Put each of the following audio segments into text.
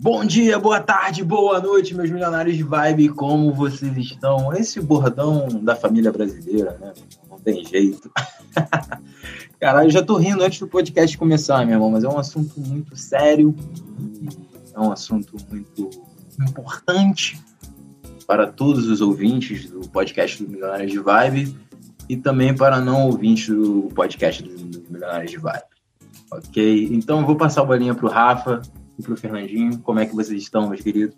Bom dia, boa tarde, boa noite, meus milionários de vibe, como vocês estão? Esse bordão da família brasileira, né? Não tem jeito. Caralho, eu já tô rindo antes do podcast começar, meu irmão, mas é um assunto muito sério, é um assunto muito importante para todos os ouvintes do podcast do Milionários de Vibe e também para não ouvintes do podcast do Milionários de Vibe. Ok? Então eu vou passar a bolinha pro Rafa e pro Fernandinho. Como é que vocês estão, meus queridos?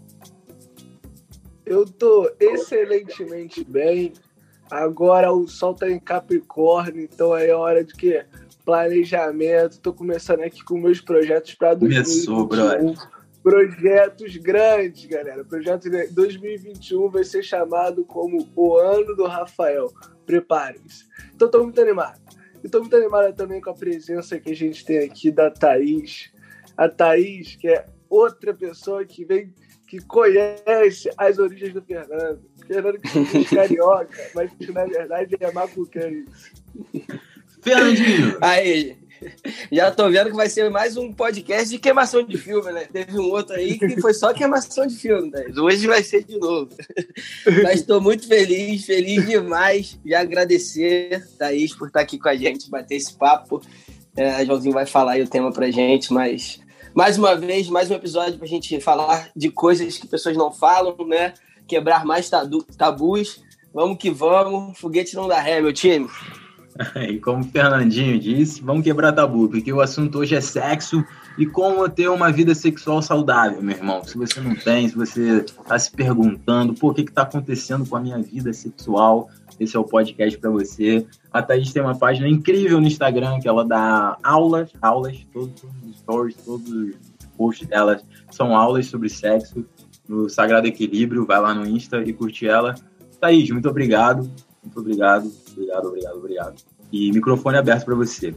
Eu tô excelentemente bem. Agora o sol tá em Capricórnio, então é hora de quê? Planejamento. Tô começando aqui com meus projetos para 2021. Começou, brother. Projetos grandes, galera. Projeto 2021 vai ser chamado como o ano do Rafael. Preparem-se. Então tô muito animado. E tô muito animado também com a presença que a gente tem aqui da Thaís. A Thaís, que é outra pessoa que vem, que conhece as origens do Fernando. Fernando que diz carioca, mas que na verdade é macuquense. Fernandinho! Aí, já tô vendo que vai ser mais um podcast de queimação de filme, né? Teve um outro aí que foi só queimação de filme, né? Hoje vai ser de novo. Mas estou muito feliz demais de agradecer, Thaís, por estar aqui com a gente, bater esse papo. Joãozinho vai falar aí o tema pra gente, mas mais uma vez, mais um episódio pra gente falar de coisas que pessoas não falam, né? Quebrar mais tabus. Vamos que vamos, foguete não dá ré, meu time. E como o Fernandinho disse, vamos quebrar tabu, porque o assunto hoje é sexo e como ter uma vida sexual saudável, meu irmão. Se você não tem, se você está se perguntando, pô, o que está acontecendo com a minha vida sexual, esse é o podcast para você. A Thaís tem uma página incrível no Instagram, que ela dá aulas, todos os stories, todos os posts dela são aulas sobre sexo, no Sagrado Equilíbrio, vai lá no Insta e curte ela. Thaís, muito obrigado. Muito obrigado. E microfone aberto para você.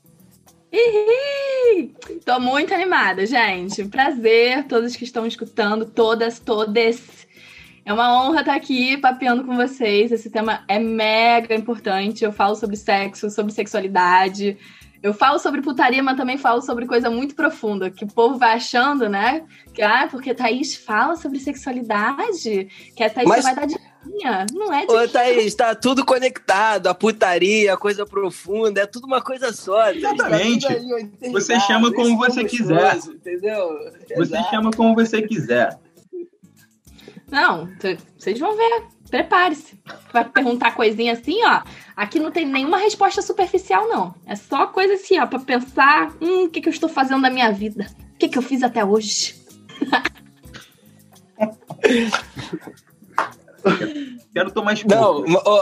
Tô muito animada, gente. Prazer, todos que estão escutando, todas. É uma honra estar aqui papeando com vocês. Esse tema é mega importante. Eu falo sobre sexo, sobre sexualidade. Eu falo sobre putaria, mas também falo sobre coisa muito profunda, que o povo vai achando, né? Que, porque Thaís fala sobre sexualidade, que a Thaís vai dar diquinha. Não é diquinha. Ô, Thaís, tá tudo conectado, a putaria, a coisa profunda, é tudo uma coisa só. Exatamente. Tá você chama como você quiser. Entendeu? Você chama como você quiser. Não, vocês vão ver. Prepare-se. Vai perguntar coisinha assim, ó. Aqui não tem nenhuma resposta superficial, não. É só coisa assim, ó, pra pensar, o que eu estou fazendo da minha vida? O que eu fiz até hoje? Quero tomar Não,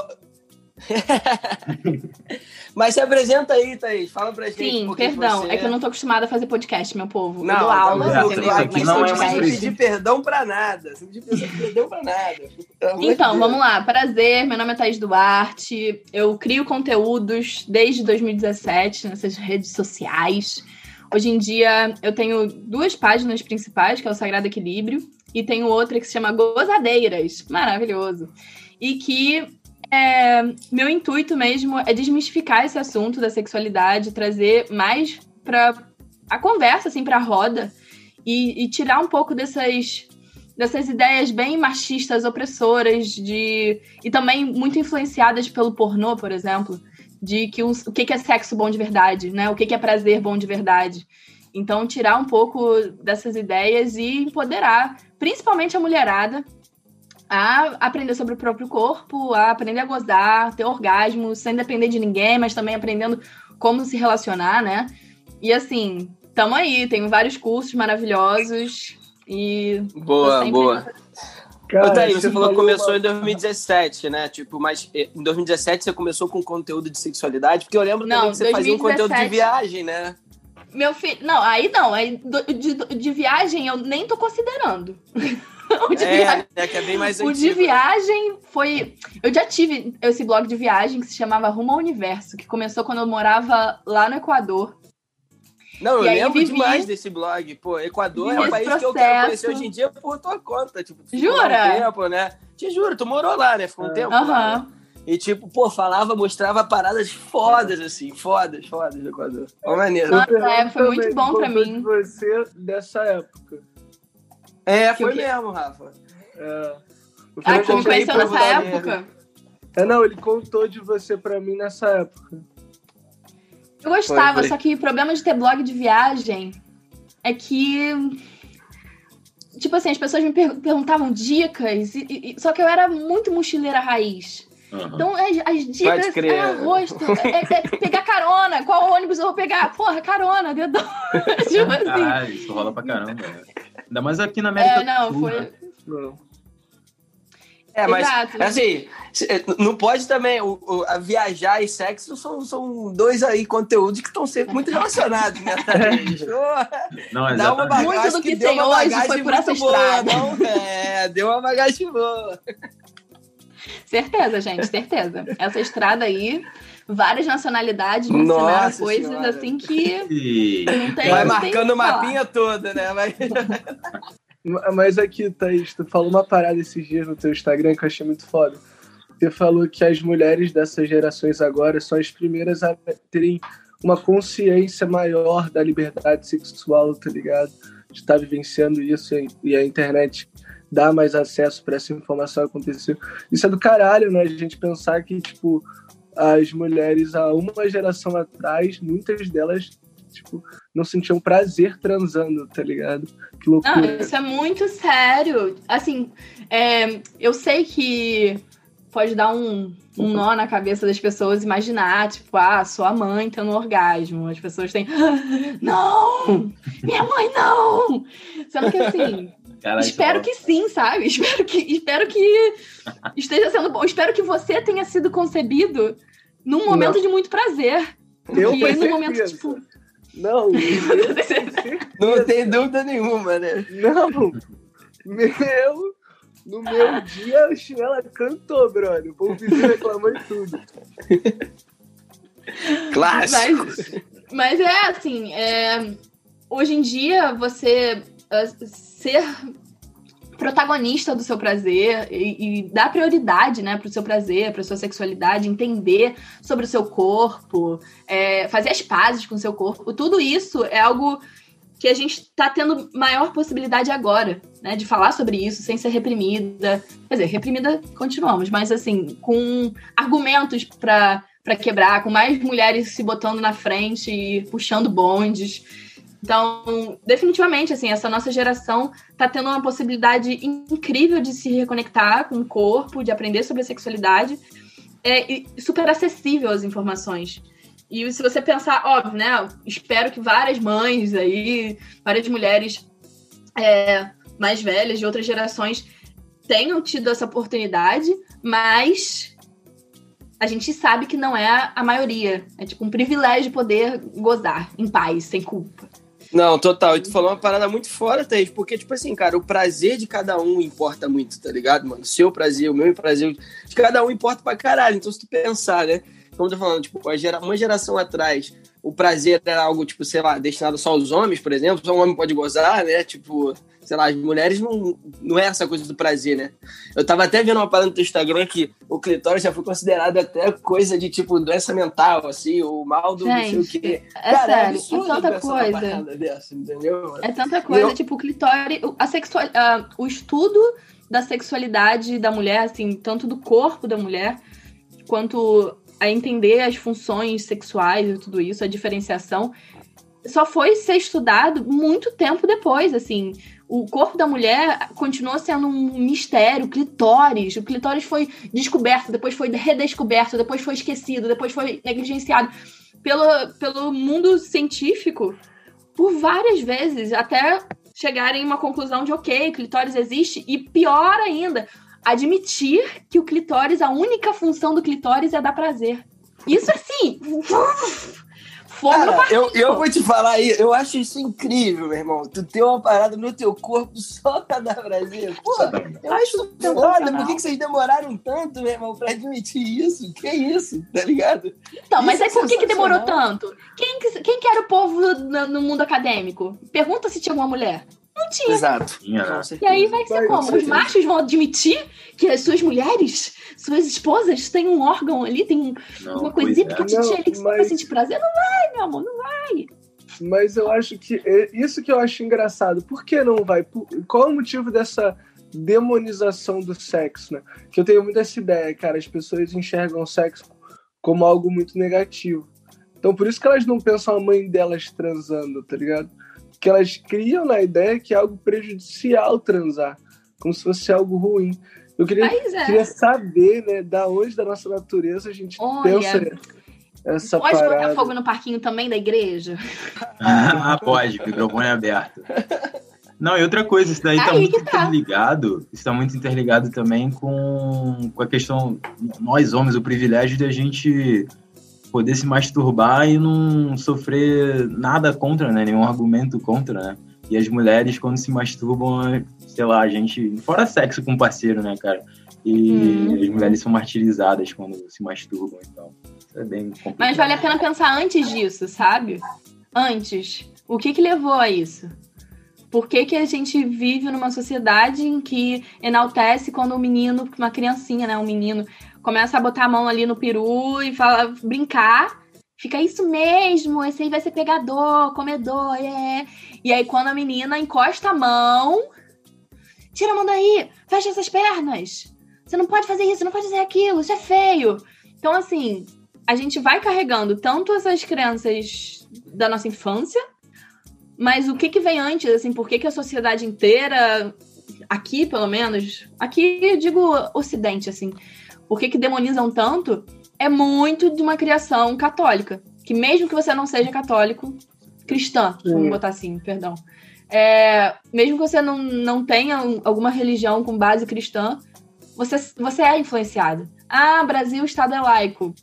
mas se apresenta aí, Thaís. Fala pra gente. Sim, perdão. É que eu não tô acostumada a fazer podcast, meu povo. Não, eu dou aula, entendeu? Aqui não é uma pedir perdão pra nada. Você não pedir perdão pra nada. Então, vamos lá. Prazer, meu nome é Thaís Duarte. Eu crio conteúdos desde 2017 nessas redes sociais. Hoje em dia, eu tenho 2 páginas principais, que é o Sagrado Equilíbrio, e tenho outra que se chama Gozadeiras. Maravilhoso. E que meu intuito mesmo é desmistificar esse assunto da sexualidade, trazer mais para a conversa, assim, para a roda, e tirar um pouco dessas ideias bem machistas, opressoras, e também muito influenciadas pelo pornô, por exemplo, de que o que é sexo bom de verdade, né? O que é prazer bom de verdade. Então, tirar um pouco dessas ideias e empoderar, principalmente a mulherada, a aprender sobre o próprio corpo, a aprender a gozar, ter orgasmo, sem depender de ninguém, mas também aprendendo como se relacionar, né? E assim, tamo aí, tenho vários cursos maravilhosos e... Boa. Cara, Thaís, você falou que começou em 2017, né? Tipo, mas em 2017 você começou com conteúdo de sexualidade, porque eu lembro também que você 2017... fazia um conteúdo de viagem, né? Meu filho... Não, aí de viagem eu nem tô considerando. Que é bem mais antigo. O de viagem foi... Eu já tive esse blog de viagem que se chamava Rumo ao Universo, que começou quando eu morava lá no Equador. Não, eu lembro demais desse blog. Pô, Equador é um país que eu quero conhecer hoje em dia por tua conta. Tipo, jura? Um tempo, né? Te juro, tu morou lá, né? Ficou um tempo lá, né? E tipo, mostrava paradas fodas, assim, fodas do Equador. Uma maneira. Foi muito bom pra mim. Você dessa época. Foi mesmo, Rafa. Que me conheceu nessa época? Não, ele contou de você pra mim nessa época. Eu gostava, só que o problema de ter blog de viagem é que... Tipo assim, as pessoas me perguntavam dicas, só que eu era muito mochileira raiz. Então, as dicas rosto, pegar carona, qual ônibus eu vou pegar? Porra, carona, dedão. Tipo assim. Isso rola pra caramba. Ainda mais aqui na América do Sul. Mas, exato. Assim, não pode também, a viajar e sexo são dois aí conteúdos que estão sempre muito relacionados, né? Não, exatamente. Muito do que tem hoje foi por essa estrada. Deu uma bagagem boa. Certeza, gente, certeza. Essa estrada aí, várias nacionalidades me ensinaram coisas senhora. Assim que não tem. Vai marcando o mapinha toda, né? Mas aqui, Thaís, tu falou uma parada esses dias no teu Instagram que eu achei muito foda. Você falou que as mulheres dessas gerações agora são as primeiras a terem uma consciência maior da liberdade sexual, tá ligado? De estar vivenciando isso e a internet dá mais acesso para essa informação acontecer. Isso é do caralho, né? A gente pensar que, tipo, as mulheres há uma geração atrás, muitas delas, tipo, não sentiam prazer transando, tá ligado? Que loucura. Não, isso é muito sério. Assim, eu sei que pode dar um nó na cabeça das pessoas imaginar, tipo, sua mãe tendo um orgasmo. As pessoas têm, não! Minha mãe não! Sendo que assim... Caralho, espero que sim, sabe? Espero que esteja sendo bom. Espero que você tenha sido concebido num momento de muito prazer. Eu num momento, tipo... Não, não tem dúvida nenhuma, né? Não, no meu dia a chinela cantou, brother. O povo vizinho reclamou de tudo. Clássico. Mas assim, hoje em dia você ser protagonista do seu prazer e dar prioridade, né, pro seu prazer, pra sua sexualidade, entender sobre o seu corpo, fazer as pazes com o seu corpo, tudo isso é algo que a gente tá tendo maior possibilidade agora, né, de falar sobre isso sem ser reprimida. Quer dizer, reprimida continuamos, mas assim, com argumentos pra quebrar, com mais mulheres se botando na frente e puxando bondes. Então, definitivamente, assim, essa nossa geração tá tendo uma possibilidade incrível de se reconectar com o corpo, de aprender sobre a sexualidade, e super acessível às informações. E se você pensar, óbvio, né, espero que várias mães aí, várias mulheres mais velhas de outras gerações tenham tido essa oportunidade, mas a gente sabe que não é a maioria. É tipo um privilégio poder gozar em paz, sem culpa. Não, total. E tu falou uma parada muito fora, Thaís, porque, tipo assim, cara, o prazer de cada um importa muito, tá ligado, mano? O seu prazer, o meu prazer, de cada um importa pra caralho. Então, se tu pensar, né? Como eu tô falando, tipo, uma geração atrás, o prazer era algo, tipo, sei lá, destinado só aos homens, por exemplo. Só um homem pode gozar, né? Tipo, sei lá, as mulheres não é essa coisa do prazer, né? Eu tava até vendo uma parada no teu Instagram que o clitóris já foi considerado até coisa de, tipo, doença mental, assim, o mal do não sei o quê. Cara, sério, é tanta coisa. Dessa, entendeu? É tanta coisa, tipo, o clitóris, o estudo da sexualidade da mulher, assim, tanto do corpo da mulher, quanto a entender as funções sexuais e tudo isso, a diferenciação, só foi ser estudado muito tempo depois, assim. O corpo da mulher continuou sendo um mistério, o clitóris foi descoberto, depois foi redescoberto, depois foi esquecido, depois foi negligenciado pelo mundo científico por várias vezes, até chegarem a uma conclusão de ok, clitóris existe, e pior ainda, admitir que o clitóris, a única função do clitóris é dar prazer. Isso assim... Cara, eu vou te falar aí, eu acho isso incrível, meu irmão. Tu ter uma parada no teu corpo só pra dar prazer. Pô, eu acho foda. Por que vocês demoraram tanto, meu irmão, pra admitir isso? Que isso, tá ligado? Então, mas aí por que demorou tanto? Quem que era o povo no mundo acadêmico? Pergunta se tinha uma mulher. Não tinha. Exato. E aí vai ser como? Os machos vão admitir que as suas mulheres, suas esposas, têm um órgão ali, tem uma coisinha pequenininha ali que você vai sentir prazer? Não vai, meu amor, não vai. Mas eu acho que isso que eu acho engraçado. Por que não vai? Qual é o motivo dessa demonização do sexo, né? Que eu tenho muito essa ideia, cara. As pessoas enxergam o sexo como algo muito negativo. Então por isso que elas não pensam a mãe delas transando, tá ligado? Porque elas criam na ideia que é algo prejudicial transar, como se fosse algo ruim. Eu queria saber, né, da onde da nossa natureza a gente pensa essa pode parada. botar fogo no parquinho também da igreja? Pode, microfone aberto. Não, e outra coisa, isso daí tá muito interligado. Isso tá muito interligado também com a questão, nós homens, o privilégio de a gente poder se masturbar e não sofrer nada contra, né? Nenhum argumento contra, né? E as mulheres, quando se masturbam, sei lá, a gente... Fora sexo com parceiro, né, cara? E as mulheres são martirizadas quando se masturbam, então... Isso é bem complicado. Mas vale a pena pensar antes disso, sabe? Antes. O que levou a isso? Por que a gente vive numa sociedade em que enaltece quando um menino, uma criancinha, né, um menino, começa a botar a mão ali no peru e fala, brincar, fica isso mesmo, esse aí vai ser pegador, comedor, E aí quando a menina encosta a mão, tira a mão daí, fecha essas pernas, você não pode fazer isso, não pode fazer aquilo, isso é feio. Então, assim, a gente vai carregando tanto essas crianças da nossa infância, mas o que vem antes, assim, por que a sociedade inteira, aqui pelo menos, aqui eu digo ocidente, assim, por que demonizam tanto, é muito de uma criação católica, que mesmo que você não seja católico, cristã, vamos botar assim, perdão, mesmo que você não tenha alguma religião com base cristã, você é influenciado. Brasil, Estado é laico.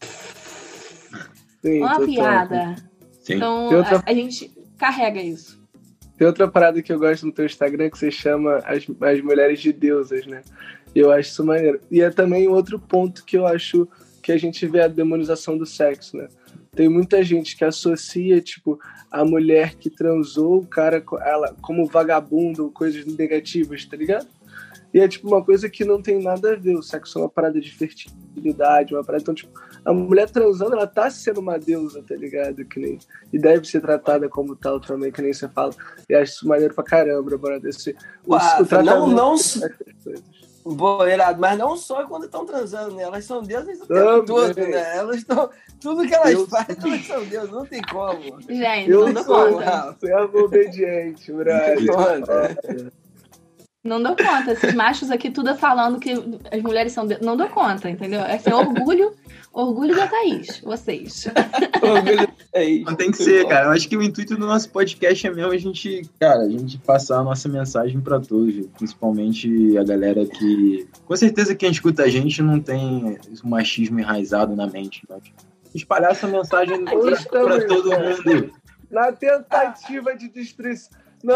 Sim, uma piada. Sim. Então, a gente... carrega isso. Tem outra parada que eu gosto no teu Instagram que você chama as mulheres de deusas, né? Eu acho isso maneiro. E é também outro ponto que eu acho que a gente vê a demonização do sexo, né? Tem muita gente que associa, tipo, a mulher que transou o cara ela como vagabundo, coisas negativas, tá ligado? E é tipo uma coisa que não tem nada a ver. O sexo é uma parada de fertilidade, uma parada... Então, tipo, a mulher transando, ela tá sendo uma deusa, tá ligado? Que nem... E deve ser tratada como tal também, que nem você fala. E acho isso maneiro pra caramba, bora desse... Boa, irado, mas não só quando estão transando, né? Elas são deusas o tempo todo, né? Elas estão... Tudo que elas fazem, elas são deusas, não tem como. Gente, não dou conta. Você é obediente, brother. Não dou conta. Esses machos aqui tudo falando que as mulheres são... Não dou conta, entendeu? É assim, orgulho da Thaís, vocês. Orgulho da Thaís. Não tem que ser, cara. Eu acho que o intuito do nosso podcast é mesmo a gente passar a nossa mensagem pra todos, principalmente a galera que... Com certeza quem escuta a gente não tem o machismo enraizado na mente, né? Espalhar essa mensagem pra todo mundo. Na tentativa de destruição. Não,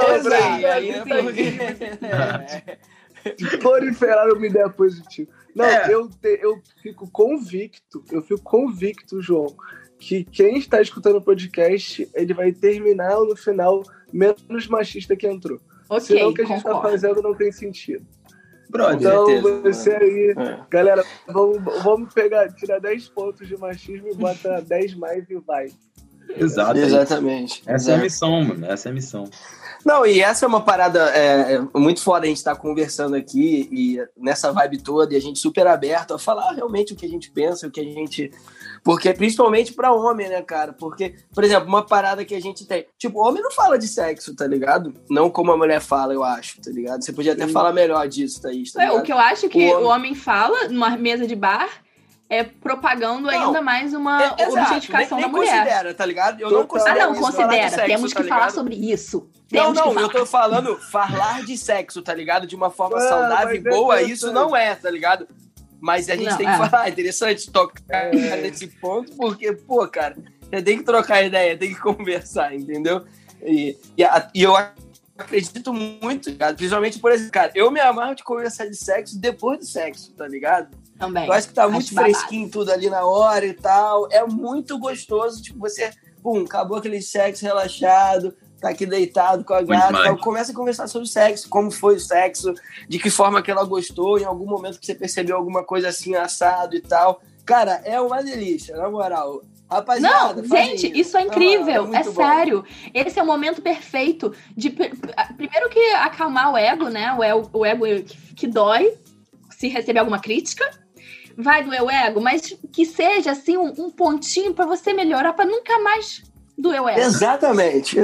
proliferar uma ideia positiva. Não, eu fico convicto, João, que quem está escutando o podcast, ele vai terminar no final menos machista que entrou. Ok, senão o que a gente está fazendo não tem sentido. Brother, então, certeza, você aí, galera, vamos tirar 10 pontos de machismo e bota 10 mais e vai. Exato. Exatamente. Essa é a missão, mano. Essa é a missão. Não, e essa é uma parada muito foda a gente estar conversando aqui e nessa vibe toda e a gente super aberto a falar realmente o que a gente pensa, o que a gente... Porque principalmente pra homem, né, cara? Porque, por exemplo, uma parada que a gente tem... Tipo, homem não fala de sexo, tá ligado? Não como a mulher fala, eu acho, tá ligado? Você podia até falar melhor disso, Thaís, tá ligado? O que eu acho que o homem fala numa mesa de bar... propagando ainda mais uma objetificação da mulher. Considera, tá ligado? Eu não considero isso considera. Sexo, Temos que falar sobre isso. Eu tô falando falar de sexo, tá ligado? De uma forma saudável e boa, isso não tá ligado? Mas a gente tem que falar, é interessante tocar nesse ponto, porque, pô, cara, você tem que trocar ideia, tem que conversar, entendeu? E eu acredito muito, cara, principalmente por exemplo, cara, eu me amarro de conversar de sexo depois do sexo, tá ligado? Também. Eu acho que tá muito fresquinho tudo ali na hora e tal. É muito gostoso, tipo, você, acabou aquele sexo relaxado, tá aqui deitado com a gata, então começa a conversar sobre sexo, como foi o sexo, de que forma que ela gostou, em algum momento que você percebeu alguma coisa assim, assado e tal. Cara, é uma delícia, na moral. Rapaziada, não, gente, isso é incrível, é sério. Bom. Esse é o momento perfeito de, primeiro que acalmar o ego, né? O ego que dói se receber alguma crítica. Vai doer o ego, mas que seja assim um pontinho pra você melhorar, pra nunca mais doer o ego. Exatamente.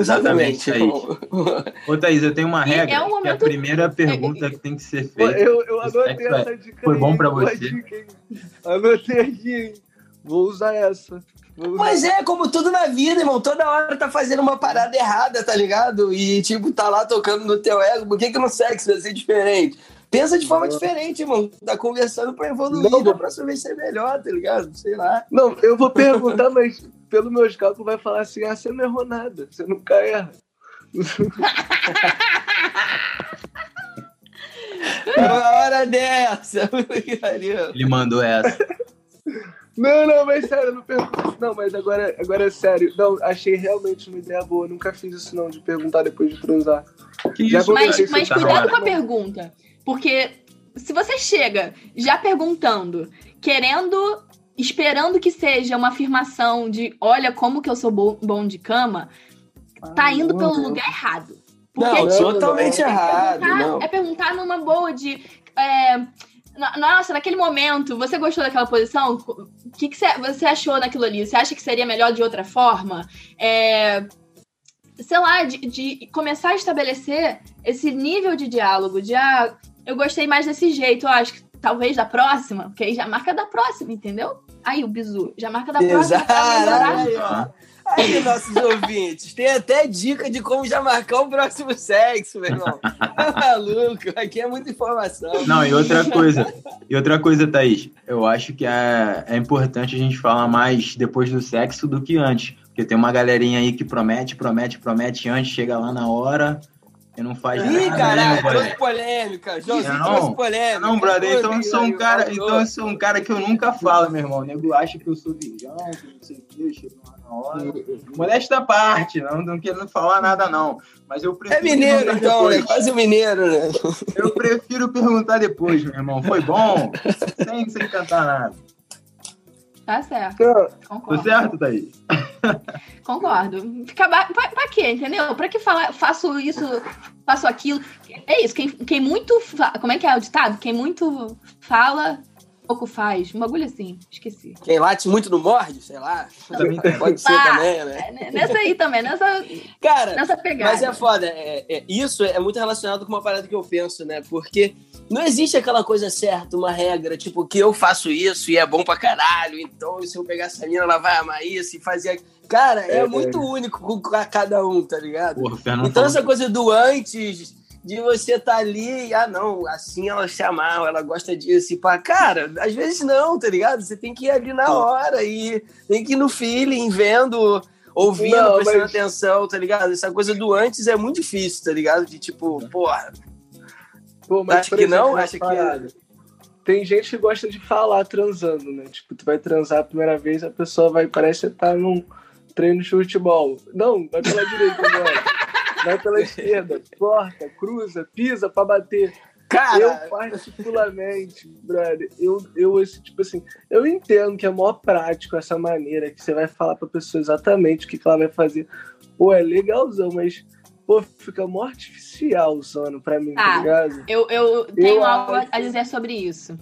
Ô, Thaís, eu tenho uma regra, que a primeira pergunta que tem que ser feita... Eu anotei essa dica. Foi bom pra você? Anotei aqui, hein? Vou usar essa. Mas é como tudo na vida, irmão. Toda hora tá fazendo uma parada errada, tá ligado? E, tipo, tá lá tocando no teu ego. Por que no sexo vai ser diferente? Pensa de forma diferente, irmão. Tá conversando pra evoluir. Da próxima vez ser melhor, tá ligado? Sei lá. Não, eu vou perguntar, mas pelo meus cálculos vai falar assim, você não errou nada. Você nunca erra. Uma hora dessa. Ele mandou essa. Não, mas sério, eu não pergunto. Não, mas agora é sério. Não, achei realmente uma ideia boa. Nunca fiz isso não, de perguntar depois de transar. Mas cuidado com a pergunta. Porque se você chega já perguntando, esperando que seja uma afirmação de olha como que eu sou bom de cama, tá indo pelo lugar errado. Porque, não, totalmente errado. É perguntar numa boa de... nossa, naquele momento, você gostou daquela posição? O que você achou naquilo ali? Você acha que seria melhor de outra forma? Sei lá, de começar a estabelecer esse nível de diálogo, de eu gostei mais desse jeito, eu acho que talvez da próxima, porque aí já marca da próxima, entendeu? Aí o bizu, já marca da próxima. Aí, nossos ouvintes, tem até dica de como já marcar o próximo sexo, meu irmão. Tá maluco? Aqui é muita informação. Não, e outra coisa, Thaís, eu acho que é importante a gente falar mais depois do sexo do que antes. Porque tem uma galerinha aí que promete antes, chega lá na hora e não faz nada. Ih, caralho, trouxe polêmica. Joãozinho trouxe polêmica. Não, brother, então eu sou um cara que eu nunca falo, meu irmão. O nego acha que eu sou virgão, que não sei o que, eu chego lá na hora. Modéstia à parte, não quero falar nada, não. Mas eu prefiro. É mineiro, então, é quase mineiro, né? Eu prefiro perguntar depois, meu irmão. Foi bom? Sem cantar nada. Tá certo. Concordo. Tá certo, Thaís? Concordo. Pra quê, entendeu? Pra que falar, faço isso, faço aquilo? É isso, quem muito... Como é que é o ditado? Quem muito fala, pouco faz. Um bagulho assim, esqueci. Quem late muito não morde, sei lá. Também pode ser também, né? Nessa aí também, nessa pegada. Mas é foda. Isso é muito relacionado com uma parada que eu penso, né? Porque não existe aquela coisa certa, uma regra, tipo, que eu faço isso e é bom pra caralho, então se eu pegar essa mina, ela vai amar isso e fazer... Cara, é muito único com cada um, tá ligado? Porra, então essa coisa do antes de você tá ali e, não, assim ela se amarra, ela gosta disso e pá. Cara, às vezes não, tá ligado? Você tem que ir ali na hora e tem que ir no feeling, vendo, ouvindo, prestando atenção, tá ligado? Essa coisa do antes é muito difícil, tá ligado? De tipo, porra... mas, acha que não? Acha que... Tem gente que gosta de falar transando, né? Tipo, tu vai transar a primeira vez, a pessoa parece que tá num treino de futebol. Não, vai pela direita agora. Vai pela esquerda, corta, cruza, pisa pra bater. Cara... Eu, particularmente, brother, tipo assim, eu entendo que é mó prático essa maneira, que você vai falar pra pessoa exatamente o que ela vai fazer. Pô, é legalzão, mas... Pô, fica mó artificial usando pra mim, tá ligado? Eu tenho algo a dizer sobre isso.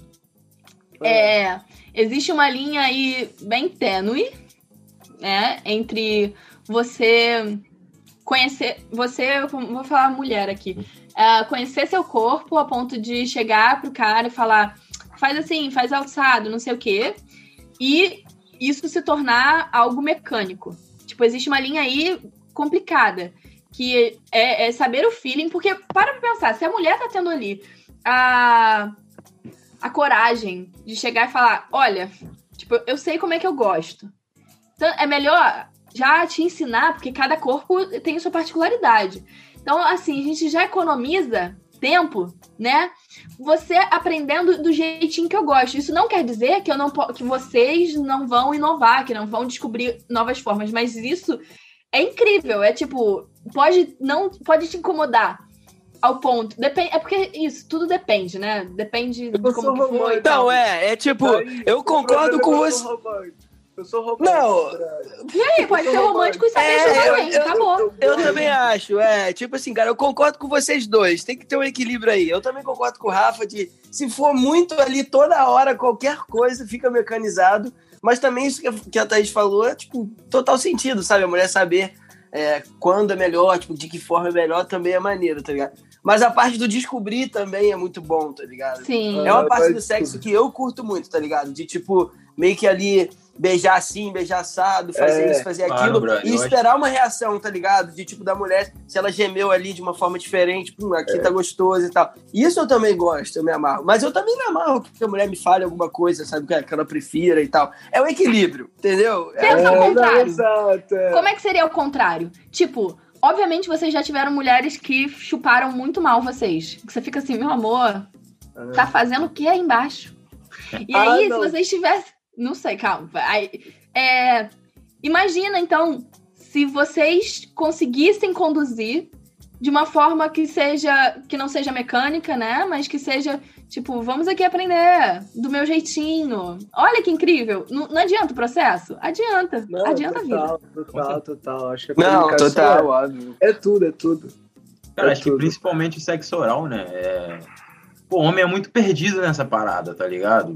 Existe uma linha aí bem tênue, né? Entre você conhecer... vou falar mulher aqui. Conhecer seu corpo a ponto de chegar pro cara e falar faz assim, faz alçado, não sei o quê. E isso se tornar algo mecânico. Tipo, existe uma linha aí complicada. Que é saber o feeling, porque para pensar, se a mulher tá tendo ali a coragem de chegar e falar, olha, tipo, eu sei como é que eu gosto. Então, é melhor já te ensinar, porque cada corpo tem sua particularidade. Então, assim, a gente já economiza tempo, né? Você aprendendo do jeitinho que eu gosto. Isso não quer dizer que vocês não vão inovar, que não vão descobrir novas formas, mas isso é incrível. É tipo, pode te incomodar. ao ponto. É porque isso, tudo depende, né? Depende de como que foi. Então, tipo, eu concordo com você. Eu sou romântico. Não. E aí, pode ser romântico e saber jogar bem, acabou. Eu também acho, tipo assim, cara, eu concordo com vocês dois, tem que ter um equilíbrio aí. Eu também concordo com o Rafa de, se for muito ali toda hora, qualquer coisa fica mecanizado, mas também isso que a Thaís falou é, tipo, total sentido, sabe? A mulher saber quando é melhor, tipo, de que forma é melhor também é maneiro, tá ligado? Mas a parte do descobrir também é muito bom, tá ligado? Sim. É uma parte do sexo que eu curto muito, tá ligado? De, tipo, meio que ali beijar assim, beijar assado, fazer isso, fazer aquilo, brother, e esperar uma reação, tá ligado? De, tipo, da mulher, se ela gemeu ali de uma forma diferente, aqui tá gostoso e tal. Isso eu também gosto, eu me amarro. Mas eu também me amarro que a mulher me fale alguma coisa, sabe? Que ela prefira e tal. É o equilíbrio, entendeu? Pensa ao contrário. Exato. Como é que seria o contrário? Tipo, obviamente vocês já tiveram mulheres que chuparam muito mal vocês. Você fica assim, meu amor, tá fazendo o que aí embaixo? E aí, se vocês tivessem... Não sei, calma. Imagina, então, se vocês conseguissem conduzir de uma forma que não seja mecânica, né? Mas que seja, tipo, vamos aqui aprender do meu jeitinho. Olha que incrível. Não adianta o processo? Adianta. Não, adianta total, a vida. Total. Acho que a Não, comunicação total, óbvio. É tudo. Cara, acho que principalmente o sexo oral, né? Pô, o homem é muito perdido nessa parada, tá ligado?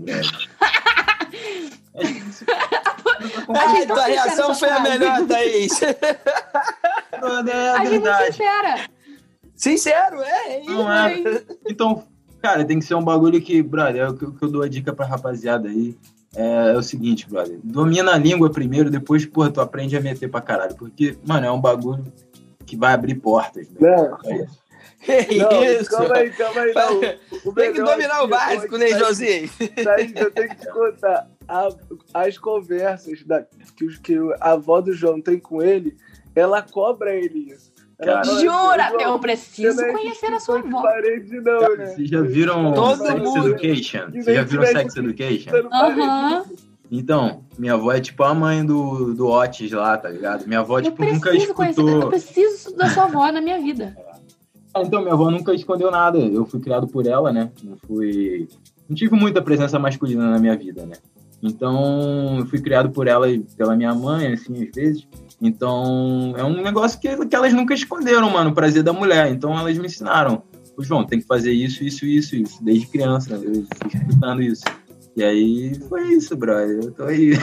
Tua reação foi a melhor, Thaís. A gente muito sincera. Sincero, isso. Não é. Então, cara, tem que ser um bagulho que, brother, é o que eu dou a dica pra rapaziada aí. É o seguinte, brother. Domina a língua primeiro, depois, porra, tu aprende a meter pra caralho. Porque, mano, é um bagulho que vai abrir portas. Não. Isso. Calma aí. Tem que dominar o básico, né, Josi? Eu tenho que te contar. As conversas que a avó do João tem com ele, ela cobra ele isso. Jura? Eu preciso conhecer a sua avó. Parede, não, Cara, né? vocês já viram Sex Education? Vocês já viram Sex Education? Então, minha avó é tipo a mãe do Otis lá, tá ligado? Minha avó, tipo, nunca escutou... Eu preciso da sua avó na minha vida. Então, minha avó nunca escondeu nada. Eu fui criado por ela, né? Não tive muita presença masculina na minha vida, né? Então, eu fui criado por ela e pela minha mãe, assim, às vezes. Então, é um negócio que elas nunca esconderam, mano, o prazer da mulher. Então, elas me ensinaram. Pô, João, tem que fazer isso, desde criança. Eu fui escutando isso. E aí, foi isso, brother. Eu tô aí.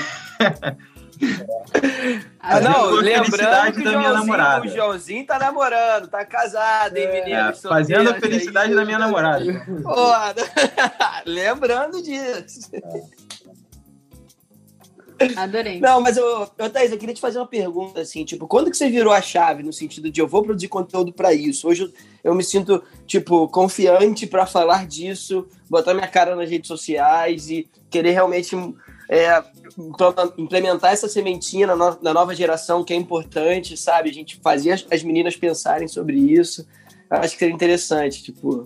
Lembrando que da minha namorada. O Joãozinho tá namorando, tá casado, hein, menino? Fazendo a felicidade da minha namorada. Porra, lembrando disso. Adorei. Não, mas, Thaís, eu queria te fazer uma pergunta, assim, tipo, quando que você virou a chave, no sentido de eu vou produzir conteúdo pra isso? Hoje eu me sinto, tipo, confiante pra falar disso, botar minha cara nas redes sociais e querer realmente implementar essa sementinha na nova geração, que é importante, sabe? A gente fazer as meninas pensarem sobre isso. Eu acho que seria interessante, tipo...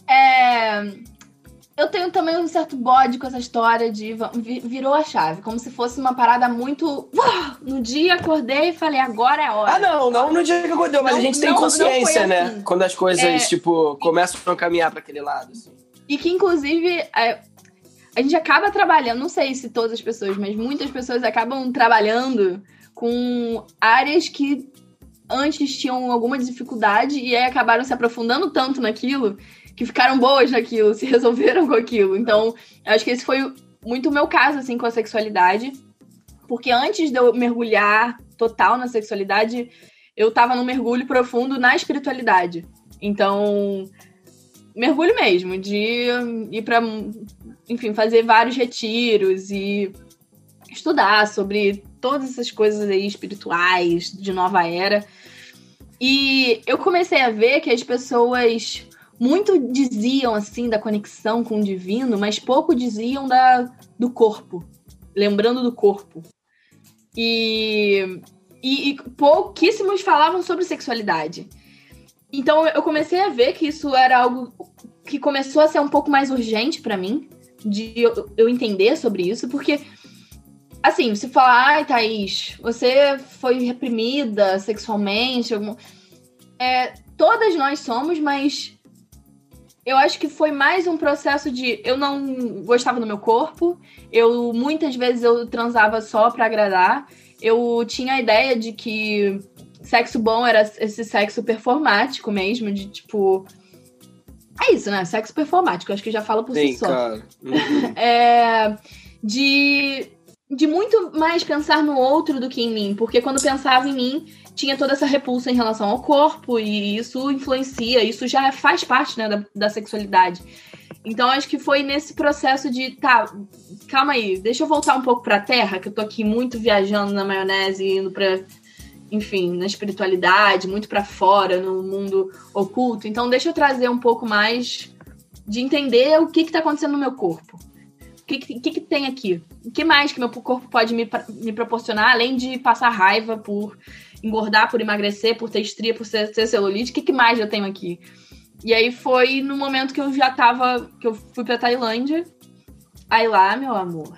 Eu tenho também um certo bode com essa história de virou a chave, como se fosse uma parada muito... No dia acordei e falei, agora é a hora. Não no dia que acordei, mas a gente tem consciência, né? Assim. Quando as coisas, tipo, começam a caminhar para aquele lado, assim. E que, inclusive, a gente acaba trabalhando, não sei se todas as pessoas, mas muitas pessoas acabam trabalhando com áreas que antes tinham alguma dificuldade e aí acabaram se aprofundando tanto naquilo que ficaram boas naquilo, se resolveram com aquilo. Então, eu acho que esse foi muito o meu caso, assim, com a sexualidade. Porque antes de eu mergulhar total na sexualidade, eu tava num mergulho profundo na espiritualidade. Então, mergulho mesmo, de ir pra, enfim, fazer vários retiros e estudar sobre todas essas coisas aí espirituais, de nova era. E eu comecei a ver que as pessoas... muito diziam, assim, da conexão com o divino, mas pouco diziam do corpo. Lembrando do corpo. E pouquíssimos falavam sobre sexualidade. Então, eu comecei a ver que isso era algo que começou a ser um pouco mais urgente pra mim, de eu entender sobre isso, porque, assim, se falar, ai, Thaís, você foi reprimida sexualmente, todas nós somos, mas... Eu acho que foi mais um processo de... Eu não gostava do meu corpo. Muitas vezes eu transava só pra agradar. Eu tinha a ideia de que sexo bom era esse sexo performático mesmo, de tipo... É isso, né? Sexo performático. Acho que já fala por si só. Cara. De muito mais pensar no outro do que em mim. Porque quando pensava em mim, tinha toda essa repulsa em relação ao corpo. E isso influencia, isso já faz parte, né, da sexualidade. Então, acho que foi nesse processo de... Tá, calma aí, deixa eu voltar um pouco pra terra, que eu tô aqui muito viajando na maionese, indo pra... Enfim, na espiritualidade, muito pra fora, no mundo oculto. Então, deixa eu trazer um pouco mais de entender o que tá acontecendo no meu corpo. O que tem aqui? O que mais que meu corpo pode me proporcionar, além de passar raiva por engordar, por emagrecer, por ter estria, por ter celulite? O que mais eu tenho aqui? E aí foi no momento que eu já tava... Que eu fui pra Tailândia. Aí lá, meu amor,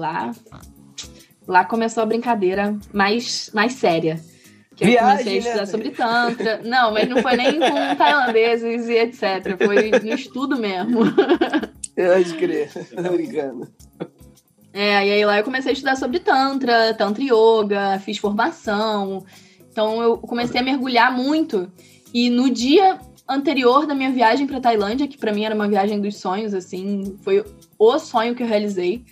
lá começou a brincadeira mais séria. Que eu comecei a estudar sobre Tantra. Não, mas não foi nem com tailandeses e etc. Foi no estudo mesmo. Pode crer, tô brincando. E aí lá eu comecei a estudar sobre Tantra Yoga, fiz formação. Então eu comecei a mergulhar muito. E no dia anterior da minha viagem pra Tailândia, que pra mim era uma viagem dos sonhos, assim, foi o sonho que eu realizei,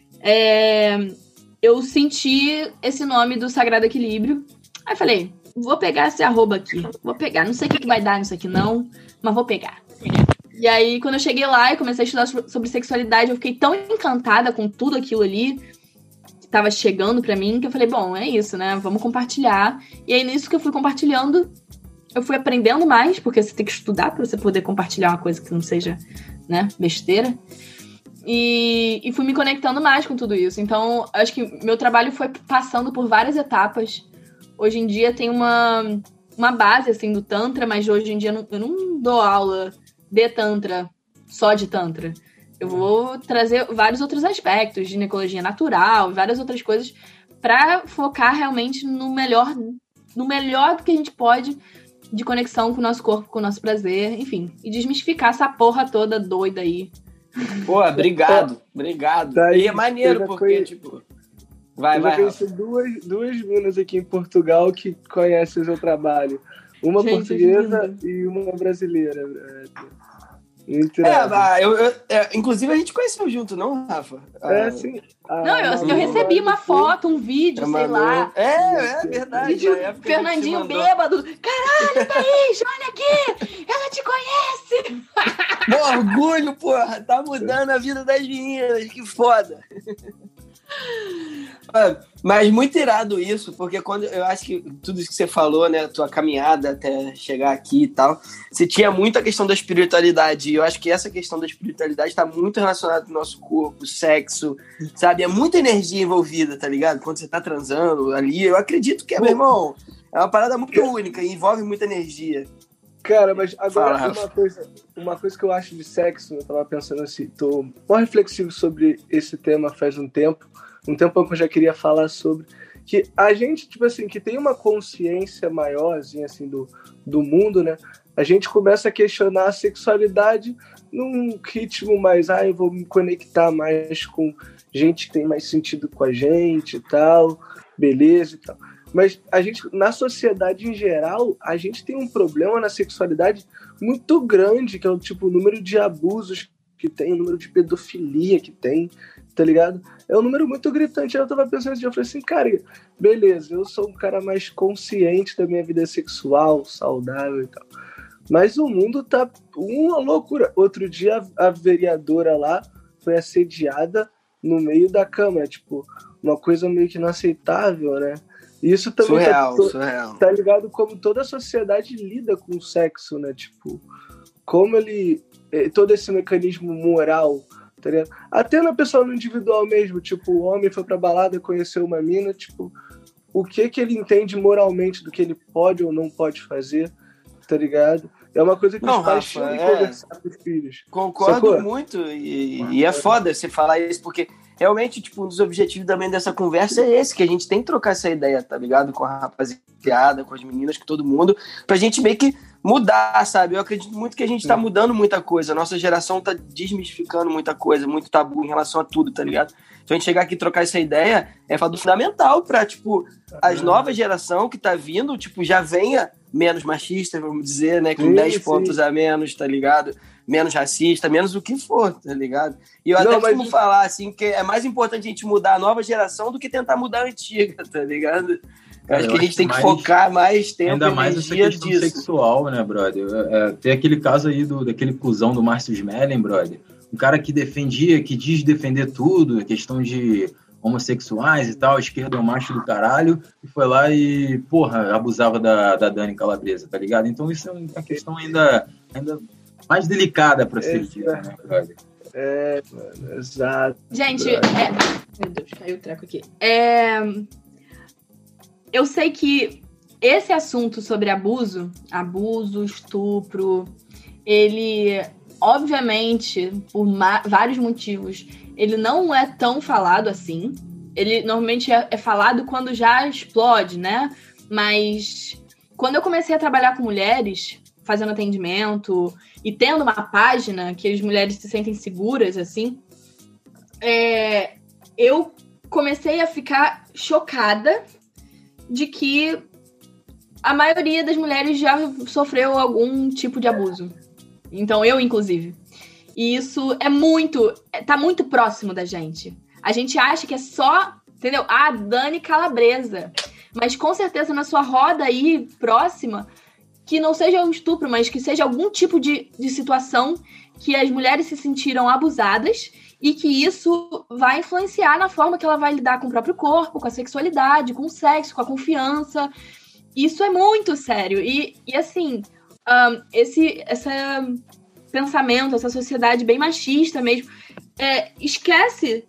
eu senti esse nome do Sagrado Equilíbrio. Aí falei, vou pegar esse arroba aqui, não sei o que vai dar nisso aqui não, mas vou pegar. E aí, quando eu cheguei lá e comecei a estudar sobre sexualidade, eu fiquei tão encantada com tudo aquilo ali que tava chegando pra mim, que eu falei, bom, é isso, né, vamos compartilhar. E aí, nisso que eu fui compartilhando, eu fui aprendendo mais, porque você tem que estudar pra você poder compartilhar uma coisa que não seja, né, besteira. E fui me conectando mais com tudo isso. Então, acho que meu trabalho foi passando por várias etapas. Hoje em dia tem uma base, assim, do Tantra, mas hoje em dia eu não dou aula de Tantra, só de Tantra. Eu vou trazer vários outros aspectos, ginecologia natural, várias outras coisas, para focar realmente no melhor que a gente pode de conexão com o nosso corpo, com o nosso prazer, enfim. E desmistificar essa porra toda doida aí. Pô, obrigado. Tá, e é maneiro, porque, tipo... Vai. Eu já conheci duas meninas aqui em Portugal que conhecem o seu trabalho. Uma gente, portuguesa e uma brasileira. Inclusive a gente conheceu junto, não, Rafa? Sim. Eu recebi uma foto, um vídeo, sei lá. É verdade. Vídeo, Fernandinho bêbado. Caralho, Thaís, olha aqui! Ela te conhece! Orgulho, porra! Tá mudando a vida das meninas, que foda! Mas muito irado isso, porque quando eu acho que tudo isso que você falou, né, a tua caminhada até chegar aqui e tal, você tinha muito a questão da espiritualidade, e eu acho que essa questão da espiritualidade está muito relacionada ao nosso corpo, sexo, sabe? É muita energia envolvida, tá ligado? Quando você tá transando ali, eu acredito que meu irmão, é uma parada muito única e envolve muita energia. Cara, mas agora uma coisa que eu acho de sexo, eu tava pensando assim, tô mais reflexivo sobre esse tema faz um tempo que eu já queria falar sobre, que a gente, tipo assim, que tem uma consciência maiorzinha, assim, do mundo, né? A gente começa a questionar a sexualidade num ritmo mais, eu vou me conectar mais com gente que tem mais sentido com a gente e tal, beleza e tal. Mas a gente, na sociedade em geral, a gente tem um problema na sexualidade muito grande, que é o tipo, o número de abusos que tem, o número de pedofilia que tem, tá ligado? É um número muito gritante. Aí eu tava pensando assim, eu falei assim, cara, beleza, eu sou um cara mais consciente da minha vida sexual, saudável e tal. Mas o mundo tá uma loucura. Outro dia a vereadora lá foi assediada no meio da câmara, tipo, uma coisa meio que inaceitável, né? Isso também surreal. Tá ligado como toda a sociedade lida com o sexo, né? Tipo, como todo esse mecanismo moral, tá ligado? Até na pessoa no individual mesmo, tipo, o homem foi pra balada, conheceu uma mina, tipo, o que ele entende moralmente do que ele pode ou não pode fazer, tá ligado? É uma coisa que os pais tinham que conversar com os filhos. Concordo muito, e é foda você falar isso, porque realmente, tipo, um dos objetivos também dessa conversa é esse, que a gente tem que trocar essa ideia, tá ligado? Com a rapaziada, com as meninas, com todo mundo, pra gente meio que mudar, sabe? Eu acredito muito que a gente tá mudando muita coisa. A nossa geração tá desmistificando muita coisa, muito tabu em relação a tudo, tá ligado? Então a gente chegar aqui e trocar essa ideia é fundamental pra, tipo, as novas geração que tá vindo, tipo, já venha menos machista, vamos dizer, né? Com 10 pontos a menos, tá ligado? Menos racista, menos o que for, tá ligado? E eu até costumo falar, assim, que é mais importante a gente mudar a nova geração do que tentar mudar a antiga, tá ligado? Eu acho que a gente tem que focar mais tempo ainda mais essa questão disso. Sexual, né, brother? Tem aquele caso aí daquele cuzão do Márcio Smelling, brother. Um cara que defendia, que diz defender tudo, a questão de homossexuais e tal, esquerdo macho do caralho, e foi lá e, porra, abusava da Dani Calabresa, tá ligado? Então isso é uma questão ainda mais delicada pra ser dita, né, brother? Mano, exato. Gente, meu Deus, caiu o treco aqui. Eu sei que esse assunto sobre abuso, estupro, ele, obviamente, por vários motivos, ele não é tão falado assim. Ele normalmente é falado quando já explode, né? Mas quando eu comecei a trabalhar com mulheres, fazendo atendimento e tendo uma página que as mulheres se sentem seguras, assim, eu comecei a ficar chocada de que a maioria das mulheres já sofreu algum tipo de abuso. Então, eu, inclusive. E isso tá muito próximo da gente. A gente acha que é só, entendeu? Dani Calabresa. Mas, com certeza, na sua roda aí, próxima, que não seja um estupro, mas que seja algum tipo de situação que as mulheres se sentiram abusadas e que isso vai influenciar na forma que ela vai lidar com o próprio corpo, com a sexualidade, com o sexo, com a confiança. Isso é muito sério. E assim, esse pensamento, essa sociedade bem machista mesmo, esquece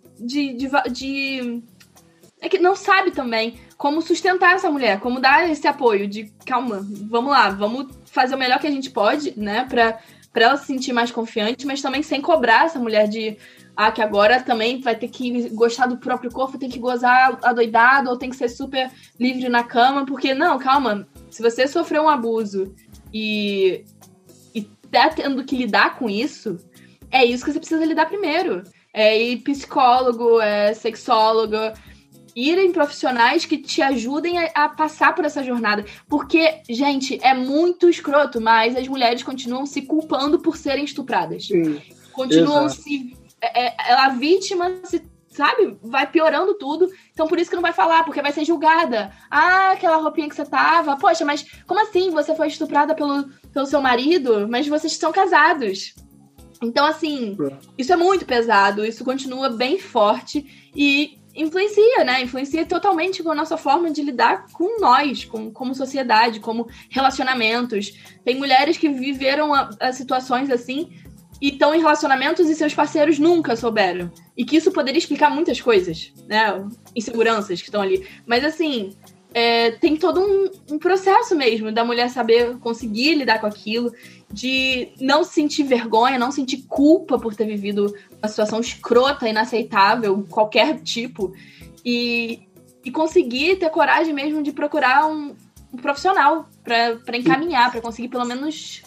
é que não sabe também como sustentar essa mulher, como dar esse apoio de, calma, vamos lá, vamos fazer o melhor que a gente pode, né, pra ela se sentir mais confiante, mas também sem cobrar essa mulher de que agora também vai ter que gostar do próprio corpo, tem que gozar adoidado, ou tem que ser super livre na cama, porque, não, calma, se você sofreu um abuso e tá tendo que lidar com isso, é isso que você precisa lidar primeiro. Ir psicólogo, sexólogo, irem profissionais que te ajudem a passar por essa jornada. Porque, gente, é muito escroto, mas as mulheres continuam se culpando por serem estupradas. Sim, continuam exato. A vítima sabe, vai piorando tudo. Então, por isso que não vai falar, porque vai ser julgada. Aquela roupinha que você tava. Poxa, mas como assim? Você foi estuprada pelo seu marido? Mas vocês estão casados. Então, assim, isso é muito pesado. Isso continua bem forte e influencia, né? Influencia totalmente com a nossa forma de lidar com nós, como sociedade, como relacionamentos. Tem mulheres que viveram situações assim e estão em relacionamentos e seus parceiros nunca souberam. E que isso poderia explicar muitas coisas, né? Inseguranças que estão ali. Mas, assim, tem todo um processo mesmo da mulher saber conseguir lidar com aquilo, de não sentir vergonha, não sentir culpa por ter vivido uma situação escrota, inaceitável, qualquer tipo, e conseguir ter coragem mesmo de procurar um profissional para encaminhar, para conseguir pelo menos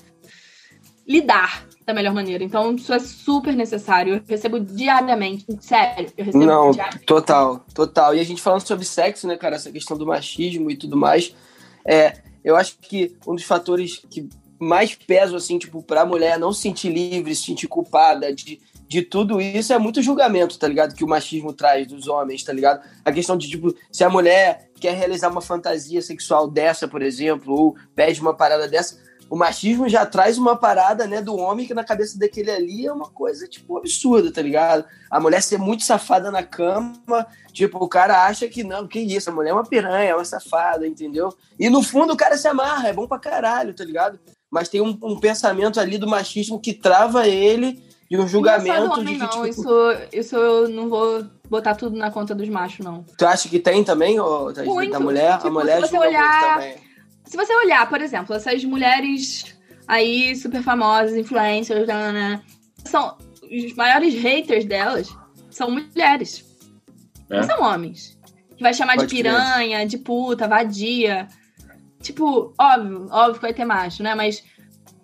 lidar da melhor maneira. Então, isso é super necessário. Eu recebo diariamente, sério, diariamente. Total. E a gente falando sobre sexo, né, cara, essa questão do machismo e tudo mais, eu acho que um dos fatores que mais pesam, assim, tipo, pra mulher não se sentir livre, se sentir culpada de tudo isso é muito julgamento, tá ligado? Que o machismo traz dos homens, tá ligado? A questão de, tipo, se a mulher quer realizar uma fantasia sexual dessa, por exemplo, ou pede uma parada dessa, o machismo já traz uma parada, né, do homem que na cabeça daquele ali é uma coisa, tipo, absurda, tá ligado? A mulher ser muito safada na cama, tipo, o cara acha que não, que isso, a mulher é uma piranha, é uma safada, entendeu? E no fundo o cara se amarra, é bom pra caralho, tá ligado? Mas tem um pensamento ali do machismo que trava ele e um julgamento não é só do homem, de que, não. tipo... Isso eu não vou botar tudo na conta dos machos, não. Tu acha que tem também, ou da mulher? Tipo, a mulher se você julga olhar... muito também. Se você olhar, por exemplo, essas mulheres aí super famosas, influencers, né, são os maiores haters delas são mulheres. Não são homens. Que vai chamar Pode de piranha, de puta, vadia. Tipo, óbvio que vai ter macho, né? Mas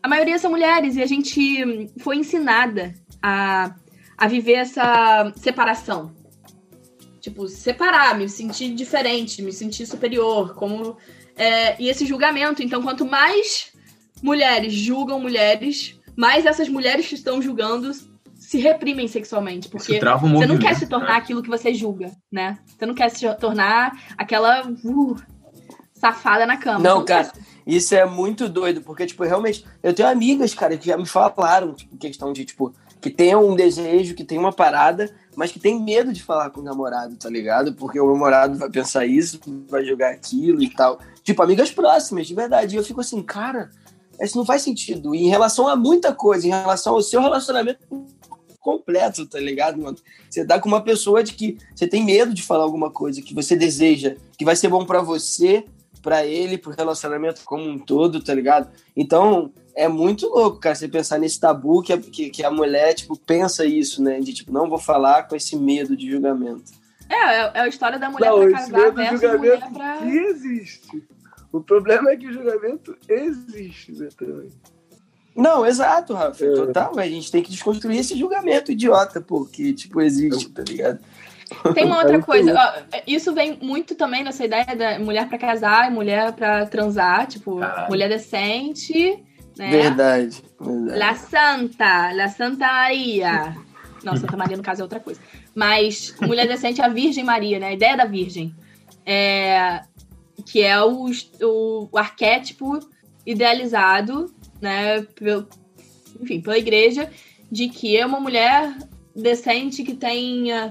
a maioria são mulheres e a gente foi ensinada a viver essa separação. Tipo, separar, me sentir diferente, me sentir superior, e esse julgamento. Então, quanto mais mulheres julgam mulheres, mais essas mulheres que estão julgando se reprimem sexualmente. Porque você não quer se tornar aquilo que você julga, né? Você não quer se tornar aquela safada na cama. Não, cara, isso é muito doido, porque, tipo, realmente, eu tenho amigas, cara, que já me falaram, tipo, questão de, tipo, que tem um desejo, que tem uma parada, mas que tem medo de falar com o namorado, tá ligado? Porque o namorado vai pensar isso, vai jogar aquilo e tal. Tipo, amigas próximas, de verdade. E eu fico assim, cara, isso não faz sentido. E em relação a muita coisa, em relação ao seu relacionamento completo, tá ligado, mano? Você tá com uma pessoa de que você tem medo de falar alguma coisa que você deseja, que vai ser bom pra você, pra ele, pro relacionamento como um todo, tá ligado? Então, é muito louco, cara, você pensar nesse tabu que a mulher, tipo, pensa isso, né? De, tipo, não vou falar com esse medo de julgamento. É a história da mulher pra casar versus mulher pra... que existe. O problema é que o julgamento existe, né, também. Não, exato, Rafa, total. A gente tem que desconstruir esse julgamento idiota, pô, que, tipo, existe, tá ligado? Tem uma outra coisa, isso vem muito também nessa ideia da mulher pra casar e mulher pra transar, tipo, mulher decente, né? Verdade. La Santa Maria. Não, Santa Maria no caso é outra coisa. Mas mulher decente é a Virgem Maria, né? A ideia da Virgem. Que é o arquétipo idealizado, né? Pela igreja, de que é uma mulher decente que tenha...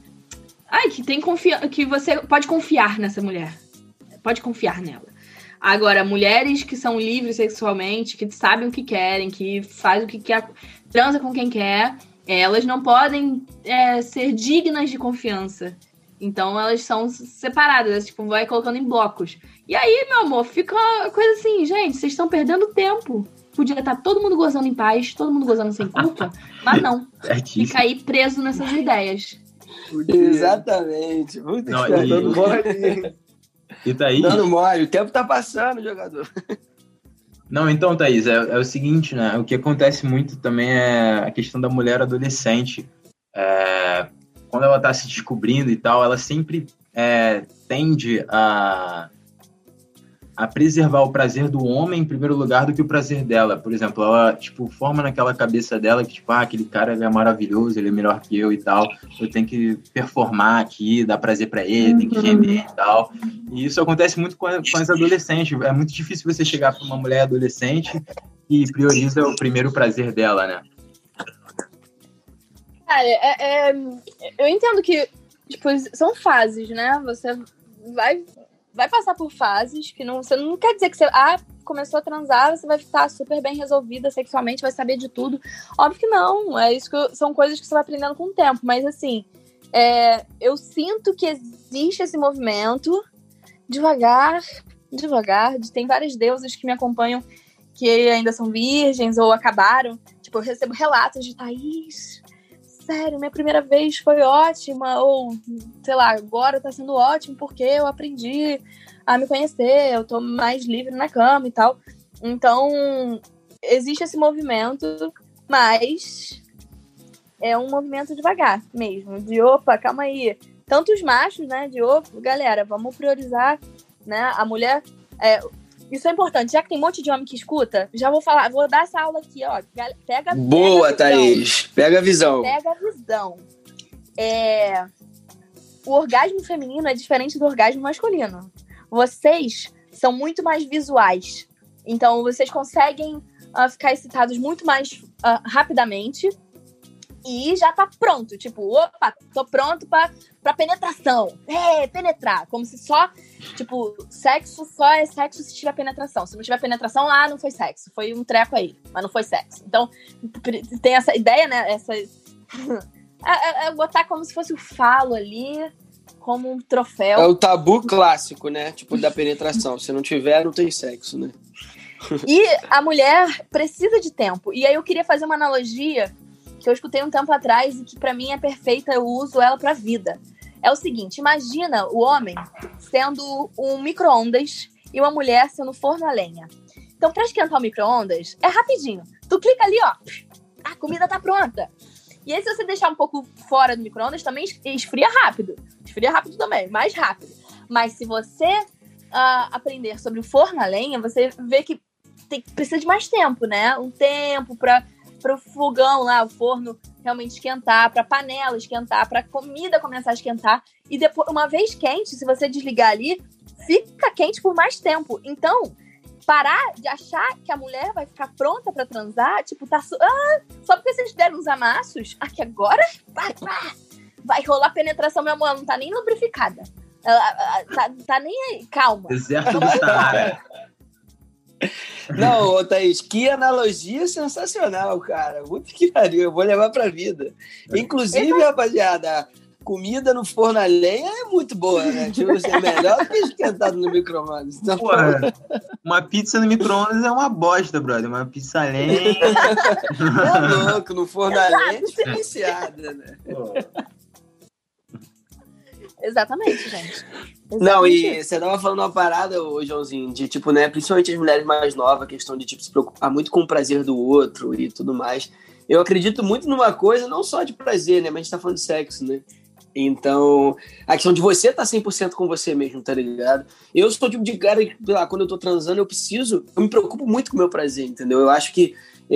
que você pode confiar nessa mulher. Pode confiar nela. Agora, mulheres que são livres sexualmente, que sabem o que querem, que fazem o que quer, transa com quem quer, elas não podem ser dignas de confiança. Então, elas são separadas, tipo, vai colocando em blocos. E aí, meu amor, fica uma coisa assim, gente, vocês estão perdendo tempo. Podia estar todo mundo gozando em paz, todo mundo gozando sem culpa, mas não. Fica aí preso nessas ideias. Exatamente. Muito dando mole. E Thaís? Dando mole, o tempo tá passando, jogador. Não, então, Thaís, é o seguinte, né? O que acontece muito também é a questão da mulher adolescente. Quando ela tá se descobrindo e tal, ela sempre tende a preservar o prazer do homem em primeiro lugar do que o prazer dela. Por exemplo, ela, tipo, forma naquela cabeça dela que, tipo, aquele cara ele é maravilhoso, ele é melhor que eu e tal, eu tenho que performar aqui, dar prazer pra ele, tem que gemer e tal. E isso acontece muito com as adolescentes. É muito difícil você chegar pra uma mulher adolescente e prioriza o primeiro prazer dela, né? Cara, eu entendo que, tipo, são fases, né? Você vai passar por fases que você não quer dizer que você começou a transar, você vai estar super bem resolvida sexualmente, vai saber de tudo. Óbvio que não, são coisas que você vai aprendendo com o tempo, mas assim, eu sinto que existe esse movimento devagar, tem várias deusas que me acompanham que ainda são virgens ou acabaram, tipo, eu recebo relatos de Thaís, sério, minha primeira vez foi ótima, ou, sei lá, agora tá sendo ótimo porque eu aprendi a me conhecer, eu tô mais livre na cama e tal. Então, existe esse movimento, mas é um movimento devagar mesmo, de opa, calma aí. Tanto os machos, né, de opa, galera, vamos priorizar, né, a mulher... Isso é importante, já que tem um monte de homem que escuta, já vou dar essa aula aqui, ó. Pega Boa, Thaís. Pega a visão. Pega a visão. O orgasmo feminino é diferente do orgasmo masculino. Vocês são muito mais visuais. Então, vocês conseguem ficar excitados muito mais rapidamente e já tá pronto. Tipo, opa, tô pronto pra penetração. Penetrar. Como se só, tipo, sexo só é sexo se tiver penetração. Se não tiver penetração, não foi sexo. Foi um treco aí, mas não foi sexo. Então, tem essa ideia, né? Botar como se fosse o falo ali, como um troféu. É o tabu clássico, né? Tipo, da penetração. Se não tiver, não tem sexo, né? E a mulher precisa de tempo. E aí eu queria fazer uma analogia que eu escutei um tempo atrás e que pra mim é perfeita, eu uso ela pra vida. É o seguinte, imagina o homem sendo um micro-ondas e uma mulher sendo forno a lenha. Então, pra esquentar o micro-ondas, é rapidinho. Tu clica ali, ó, a comida tá pronta. E aí, se você deixar um pouco fora do micro-ondas, também esfria rápido. Esfria rápido também, mais rápido. Mas se você aprender sobre o forno a lenha, você vê que precisa de mais tempo, né? Um tempo para o fogão lá, o forno realmente esquentar, para a panela esquentar, para a comida começar a esquentar. E depois, uma vez quente, se você desligar ali, fica quente por mais tempo. Então, parar de achar que a mulher vai ficar pronta para transar, tipo, só porque vocês deram uns amassos, que agora vai rolar penetração, meu amor, ela não tá nem lubrificada. Ela tá nem aí, calma. Deserto do Saara. Não, ô Thaís, que analogia sensacional, cara. Muito que pariu, eu vou levar pra vida. Inclusive, rapaziada, comida no forno a lenha é muito boa, né? Tipo, é melhor do que esquentado no micro-ondas. Então, uma pizza no micro-ondas é uma bosta, brother. Uma pizza a lenha. É louco, no forno a lenha é diferenciada, né? Exatamente, gente. Não, e você tava falando uma parada, ô Joãozinho, de tipo, né, principalmente as mulheres mais novas, a questão de tipo se preocupar muito com o prazer do outro e tudo mais. Eu acredito muito numa coisa, não só de prazer, né, mas a gente tá falando de sexo, né? Então, a questão de você tá 100% com você mesmo, tá ligado? Eu sou o tipo de cara que, sei lá, quando eu tô transando, eu me preocupo muito com o meu prazer, entendeu? Eu acho que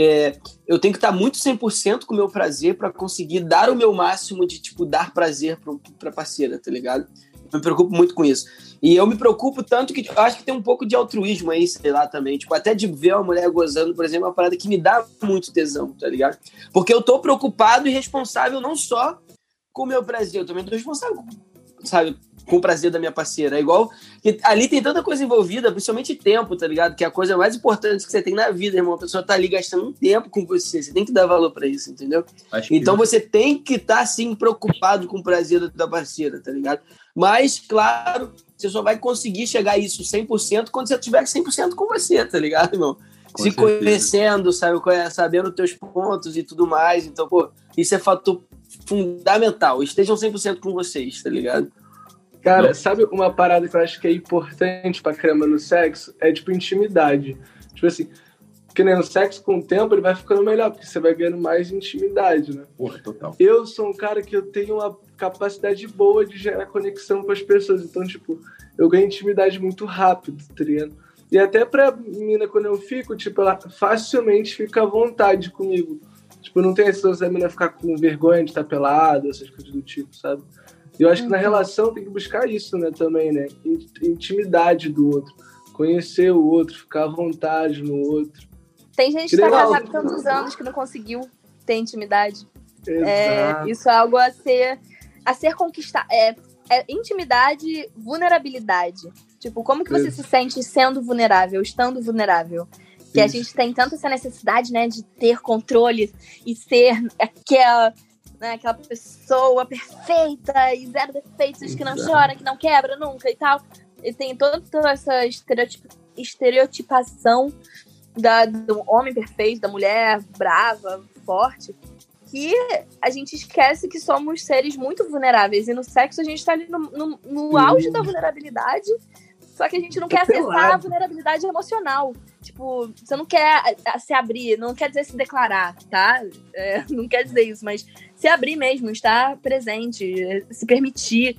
eu tenho que estar muito 100% com o meu prazer pra conseguir dar o meu máximo de, tipo, dar prazer pra parceira, tá ligado? Eu me preocupo muito com isso. E eu me preocupo tanto que eu acho que tem um pouco de altruísmo aí, sei lá, também. Tipo, até de ver uma mulher gozando, por exemplo, é uma parada que me dá muito tesão, tá ligado? Porque eu tô preocupado e responsável não só com o meu prazer, eu também tô responsável, sabe, com o prazer da minha parceira. É igual que ali tem tanta coisa envolvida, principalmente tempo, tá ligado? Que é a coisa mais importante que você tem na vida, irmão. A pessoa tá ali gastando um tempo com você tem que dar valor pra isso, entendeu? Então você tem que estar, sim, preocupado com o prazer da parceira, tá ligado? Mas, claro, você só vai conseguir chegar a isso 100% quando você estiver 100% com você, tá ligado, irmão? Se conhecendo, sabe, sabendo os teus pontos e tudo mais. Então, pô, isso é fator fundamental. Estejam 100% com vocês, tá ligado? Cara, sabe uma parada que eu acho que é importante pra caramba no sexo? É, tipo, intimidade. Tipo assim, que nem no sexo, com o tempo, ele vai ficando melhor, porque você vai ganhando mais intimidade, né? Porra, total. Eu sou um cara que eu tenho uma capacidade boa de gerar conexão com as pessoas. Então, tipo, eu ganho intimidade muito rápido, tá ligado? E até pra menina, quando eu fico, tipo, ela facilmente fica à vontade comigo. Tipo, não tem essa da menina ficar com vergonha de estar pelada, essas coisas do tipo, sabe? E eu acho que na relação tem que buscar isso, né, também, né? Intimidade do outro. Conhecer o outro, ficar à vontade no outro. Tem gente que tá casada há tantos anos que não conseguiu ter intimidade. Isso é algo a ser conquistado. É intimidade, vulnerabilidade. Tipo, como que você se sente sendo vulnerável, estando vulnerável? Que a gente tem tanto essa necessidade, né, de ter controle e ser aquela pessoa perfeita e zero defeitos, que não chora, que não quebra nunca e tal. E tem toda essa estereotipação do homem perfeito, da mulher brava, forte, que a gente esquece que somos seres muito vulneráveis. E no sexo a gente tá ali no auge da vulnerabilidade, só que a gente não quer acessar a vulnerabilidade emocional. Tipo, você não quer se abrir, não quer dizer se declarar, tá? Não quer dizer isso, mas se abrir mesmo, estar presente, se permitir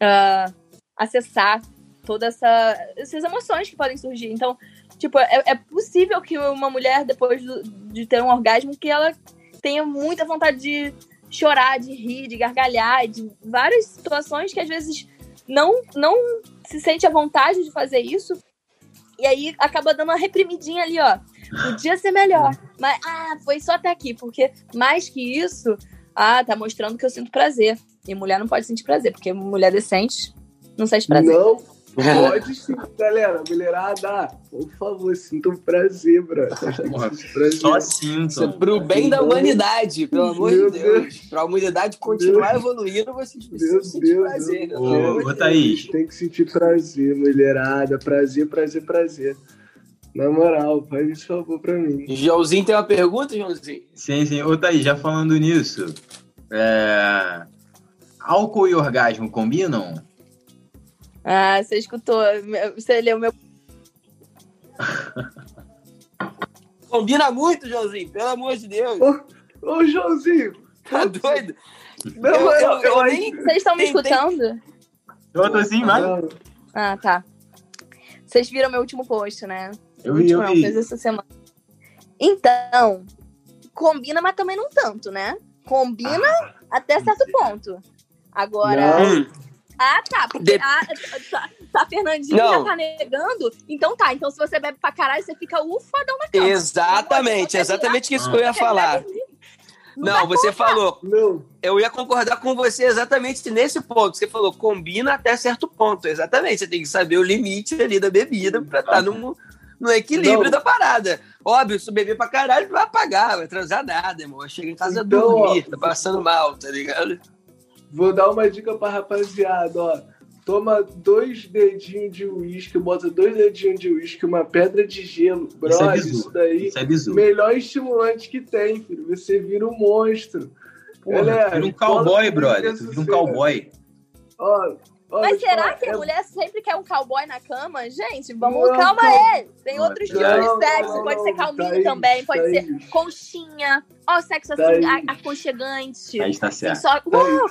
acessar todas essas emoções que podem surgir. Então, tipo, é possível que uma mulher, depois de ter um orgasmo, que ela tenha muita vontade de chorar, de rir, de gargalhar, de várias situações que às vezes não se sente à vontade de fazer isso. E aí acaba dando uma reprimidinha ali, ó. Podia ser melhor. Mas, foi só até aqui. Porque mais que isso, tá mostrando que eu sinto prazer. E mulher não pode sentir prazer, porque mulher decente não sente prazer. Não pode sim, galera. Mulherada, por favor, sintam prazer, bro. Só sintam. Pro bem da humanidade, pelo amor de Deus. Pra humanidade continuar evoluindo, vocês precisam sentir prazer. Ô, Thaís. Tem que sentir prazer, mulherada. Prazer. Na moral, faz esse favor pra mim. Joãozinho tem uma pergunta, Joãozinho? Sim. Ô, Thaís, já falando nisso, álcool e orgasmo combinam? Você escutou. Você leu meu... Combina muito, Joãozinho, pelo amor de Deus. Ô, Joãozinho. Tá doido? Não, eu nem... Vocês estão me escutando? Eu tô assim, mano. Ah, tá. Vocês viram meu último post, né? Eu vi. Fez essa semana. Então, combina, mas também não tanto, né? Combina até certo ponto. Agora... tá, porque a Fernandinha já tá negando. Então tá, então se você bebe pra caralho, você fica fodão na cama. Exatamente isso que eu ia falar. Não, você falou. Não. Eu ia concordar com você exatamente nesse ponto. Você falou, combina até certo ponto. Exatamente, você tem que saber o limite ali da bebida pra estar no equilíbrio da parada. Óbvio, se beber pra caralho, não vai apagar, vai transar nada, irmão. Chega em casa dormir, tá passando mal, tá ligado? Vou dar uma dica pra rapaziada, ó. Toma 2 dedinhos de uísque, bota 2 dedinhos de uísque, uma pedra de gelo. Brother, isso daí é bizu. Melhor estimulante que tem, filho. Você vira um monstro. Porra, vira um cowboy, brother. Tu vira um cowboy. Ó, mas será que a mulher sempre quer um cowboy na cama? Gente, vamos, calma aí. Tem outros tipos de sexo. Pode ser calminho também, pode ser conchinha. Ó, sexo assim, aconchegante. Aí está certo. Só,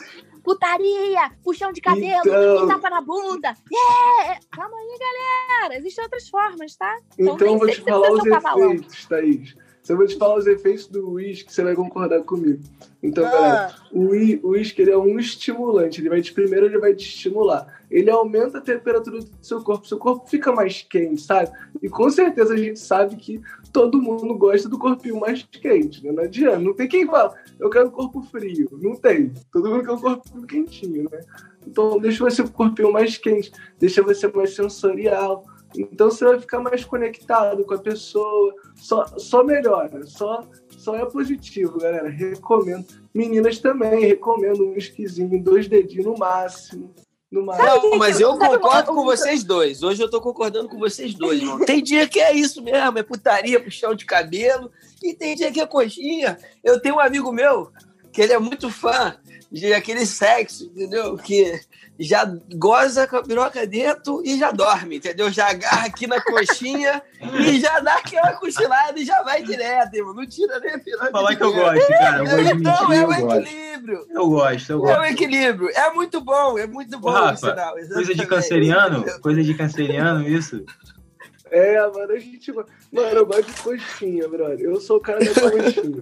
putaria, puxão de cabelo, tapa na bunda. Calma aí, galera. Existem outras formas, tá? Então eu vou te falar os efeitos, Thaís. Se eu vou te falar os efeitos do uísque, você vai concordar comigo. Então, galera, o uísque ele é um estimulante. Primeiro ele vai te estimular. Ele aumenta a temperatura do seu corpo. Seu corpo fica mais quente, sabe? E com certeza a gente sabe que todo mundo gosta do corpinho mais quente, né? Não adianta. Não tem quem fala, eu quero um corpo frio. Não tem. Todo mundo quer um corpo quentinho, né? Então, deixa você com o corpinho mais quente. Deixa você mais sensorial. Então você vai ficar mais conectado com a pessoa, só melhora, só é positivo, galera, recomendo. Meninas também, recomendo um whiskyzinho, 2 dedinhos no máximo. Não, mas eu concordo com vocês dois, hoje eu tô concordando com vocês dois, irmão. Tem dia que é isso mesmo, é putaria, puxão de cabelo, e tem dia que é coxinha. Eu tenho um amigo meu, que ele é muito fã de aquele sexo, entendeu? Que já goza com a piroca dentro e já dorme, entendeu? Já agarra aqui na coxinha e já dá aquela cochilada e já vai direto, irmão. Não tira nem a piroca. Falar que eu gosto, cara. Então, é um equilíbrio. Eu gosto. É um equilíbrio. É muito bom, Rafa, no sinal. Coisa de canceriano? Coisa de canceriano, isso? Mano, Mano, eu gosto de coxinha, brother. Eu sou o cara da coxinha.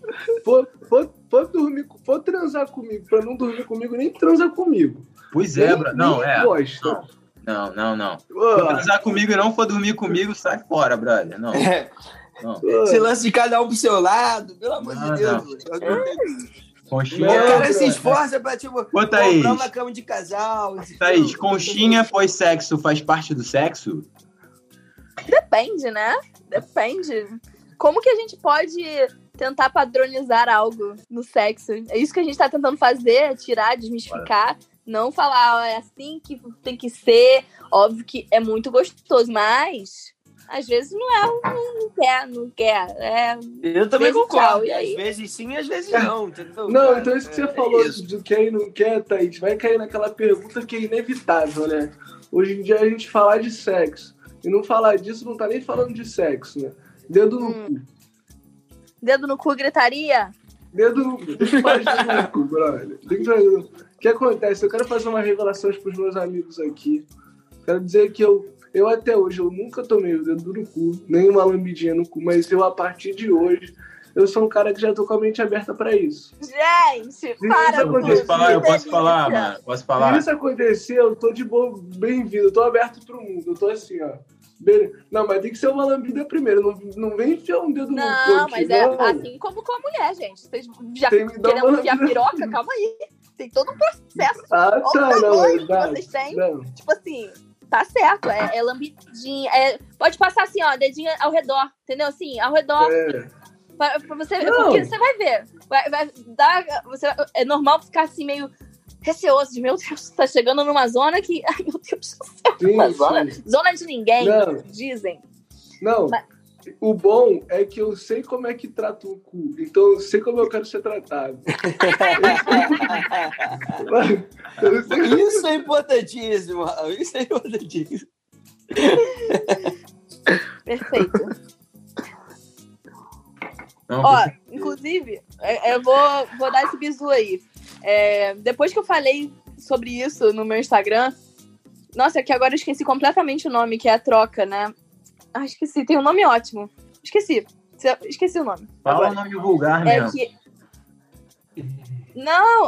For transar comigo, pra não dormir comigo, nem transa comigo. Pois é, brother. Não. Gosta. Não. For transar comigo e não for dormir comigo, sai fora, brother. Não. Esse lance de cada um pro seu lado, pelo amor de Deus. Conchinha. O cara se esforça pra, comprar uma cama de casal. Thaís, conchinha pós-sexo faz parte do sexo? Depende, né? Depende. Como que a gente pode tentar padronizar algo no sexo? É isso que a gente tá tentando fazer, tirar, desmistificar. Não falar, é assim que tem que ser. Óbvio que é muito gostoso, mas às vezes não quer. Eu também concordo. Às vezes sim, às vezes não. Entendeu? Não, então isso que você falou do quer e não quer, Thaís, vai cair naquela pergunta que é inevitável, né? Hoje em dia a gente falar de sexo e não falar disso, não tá nem falando de sexo, né? Dedo no cu. Dedo no cu, gritaria? Dedo no cu. Tem que fazer dedo no cu, brother. O que acontece? Eu quero fazer umas revelações pros meus amigos aqui. Quero dizer que eu até hoje, eu nunca tomei o dedo no cu, nem uma lambidinha no cu, mas a partir de hoje, eu sou um cara que já tô com a mente aberta pra isso. Gente, para com isso. Eu posso falar, mano. Posso falar? Se isso acontecer, eu tô de boa, bem-vindo. Eu tô aberto pro mundo. Eu tô assim, ó. Não, mas tem que ser uma lambida primeiro. Não vem enfiar um dedo no cu. Não, mas é assim como com a mulher, gente. Vocês já querendo enfiar piroca? Calma aí. Tem todo um processo. Tá, vocês têm. Tipo assim, tá certo. É lambidinha. Pode passar assim, ó, dedinho ao redor. Entendeu? Assim, ao redor. Pra você ver, porque você vai ver. Vai dar. É normal ficar assim meio receoso de, meu Deus, tá chegando numa zona que. Ai, meu Deus do céu. Zona de ninguém, dizem. Não. Mas... O bom é que eu sei como é que trata o cu. Então eu sei como eu quero ser tratado. Isso é importantíssimo. Isso é importantíssimo. Perfeito. vou dar esse bizu aí. Depois que eu falei sobre isso no meu Instagram, nossa, é que agora eu esqueci completamente o nome, que é a troca, né? Ah, esqueci, tem um nome ótimo. Esqueci o nome. Fala o nome vulgar mesmo. Não,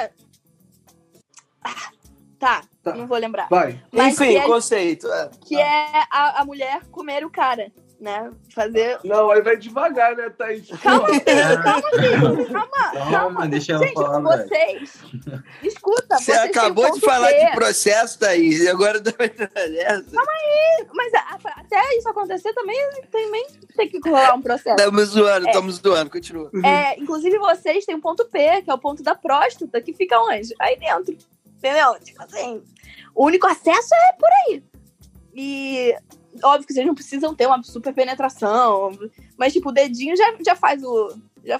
Tá, não vou lembrar. Vai. Mas enfim, o conceito. Que é a mulher comer o cara, né? Fazer... Não, aí vai devagar, né, Thaís? Calma, filho, calma. Deixa ela falar, vocês... Escuta, você vocês acabou de falar de processo, Thaís, e agora tá nessa. Calma aí, mas até isso acontecer também tem que rolar um processo. Estamos zoando, continua. Inclusive vocês têm um ponto P, que é o ponto da próstata, que fica onde? Aí dentro. Entendeu? Tipo assim, o único acesso é por aí. E óbvio que vocês não precisam ter uma super penetração, mas tipo, o dedinho já faz o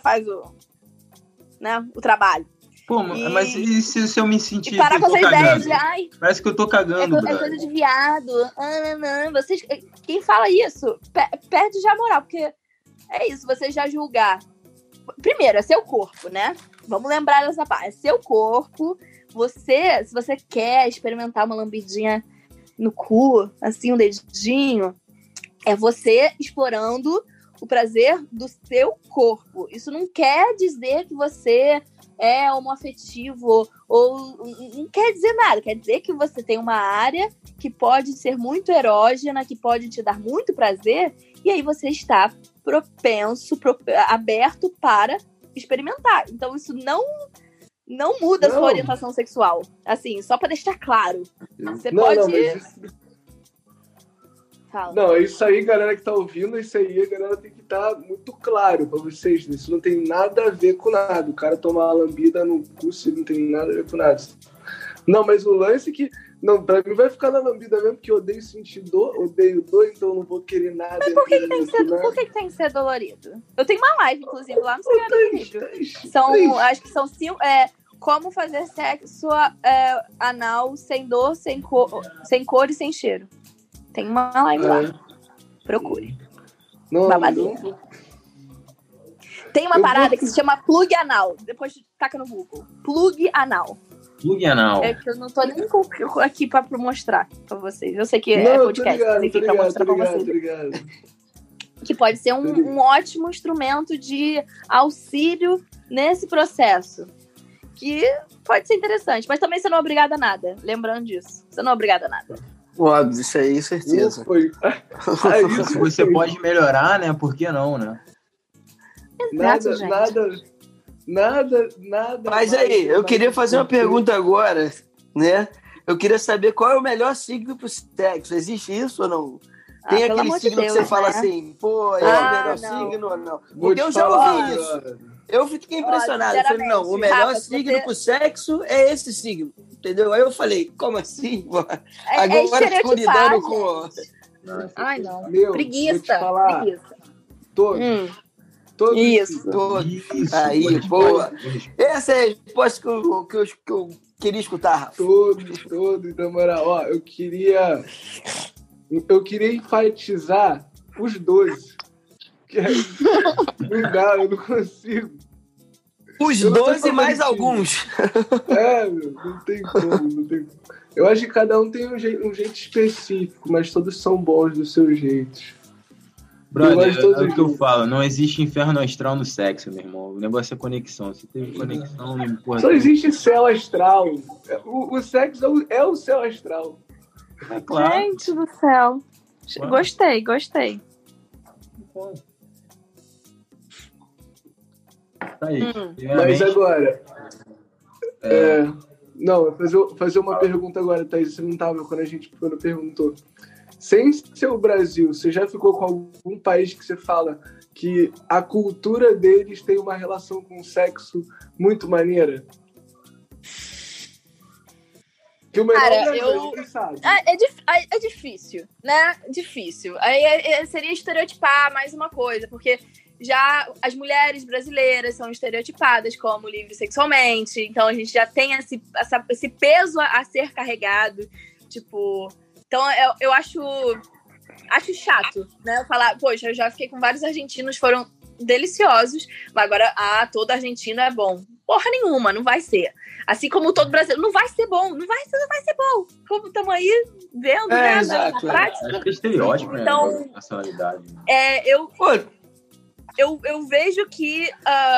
né, o trabalho. Pô, mas e se eu me sentir... E parar com essa ideia de, ai... Parece que eu tô cagando, é coisa de viado. Não, vocês... Quem fala isso, perde já a moral, porque é isso, você já julgar. Primeiro, é seu corpo, né? Vamos lembrar dessa parte. É seu corpo... se você quer experimentar uma lambidinha no cu, assim, um dedinho, é você explorando o prazer do seu corpo. Isso não quer dizer que você é homoafetivo ou não quer dizer nada. Quer dizer que você tem uma área que pode ser muito erógena, que pode te dar muito prazer, e aí você está aberto para experimentar. Então, isso não muda a sua orientação sexual. Assim, só pra deixar claro. Você pode... Fala. Não, isso aí, galera que tá ouvindo, isso aí, a galera tem que estar muito claro pra vocês. Isso não tem nada a ver com nada. O cara tomar uma lambida no curso não tem nada a ver com nada. Não, mas o lance é que... Não, pra mim vai ficar na lambida mesmo, porque eu odeio sentir dor, então eu não vou querer nada. Mas por que tem que ser dolorido? Eu tenho uma live, inclusive, lá no Instagram do vídeo. Acho que são 5... como fazer sexo anal sem dor, sem cor e sem cheiro. Tem uma live lá. Procure. Babadeira. Tem uma parada que se chama plug anal. Depois taca no Google. Plug anal. Plug anal. É que eu não tô nem aqui pra mostrar pra vocês. Eu sei que é podcast, mas enfim, pra mostrar pra vocês. Obrigado. Que pode ser um ótimo instrumento de auxílio nesse processo. Que pode ser interessante, mas também você não é obrigada a nada. Lembrando disso. Você não é obrigada a nada. Óbvio, isso aí, certeza. Se você pode melhorar, né? Por que não, né? Exato, gente. Nada. Mas aí, eu queria fazer uma pergunta agora, né? Eu queria saber qual é o melhor signo pro sexo. Existe isso ou não? Tem aquele signo que você fala assim, pô, é o melhor signo ou não? Porque eu já ouvi isso. Eu fiquei impressionado. Eu falei, não, o melhor signo pro sexo é esse signo. Entendeu? Aí eu falei, como assim? Agora eu tô lidando com... Ai, não. Preguiça. Todos. Isso. Aí, boa. Essa é a resposta que eu queria escutar, Rafa. Todos, na moral. Ó, eu queria enfatizar os 12. Não dá, eu não consigo. Os 12 mais alguns. Não tem como. Eu acho que cada um tem um jeito específico, mas todos são bons do seu jeito. Brother, é o que eu falo, não existe inferno astral no sexo, meu irmão. O negócio é conexão. Se teve conexão, não importa. Só existe céu astral. O sexo é o céu astral. É claro. Gente do céu. Gostei. Tá aí. Mas agora... Não, fazer uma pergunta agora, Thaís. Você não estava quando perguntou. Sem ser o Brasil, você já ficou com algum país que você fala que a cultura deles tem uma relação com o sexo muito maneira? Que o melhor sabe. É difícil, né? Difícil. Aí seria estereotipar mais uma coisa, porque já as mulheres brasileiras são estereotipadas como livres sexualmente, então a gente já tem esse peso a ser carregado, tipo... Então, eu acho chato, né? Eu falar, poxa, eu já fiquei com vários argentinos, foram deliciosos. Mas agora, todo argentino é bom. Porra nenhuma, não vai ser. Assim como todo brasileiro, não vai ser bom, não vai ser bom. Como estamos aí vendo, né, exato, na prática. Acho que é estereótipo, Então, né? Nacionalidade. Eu vejo que...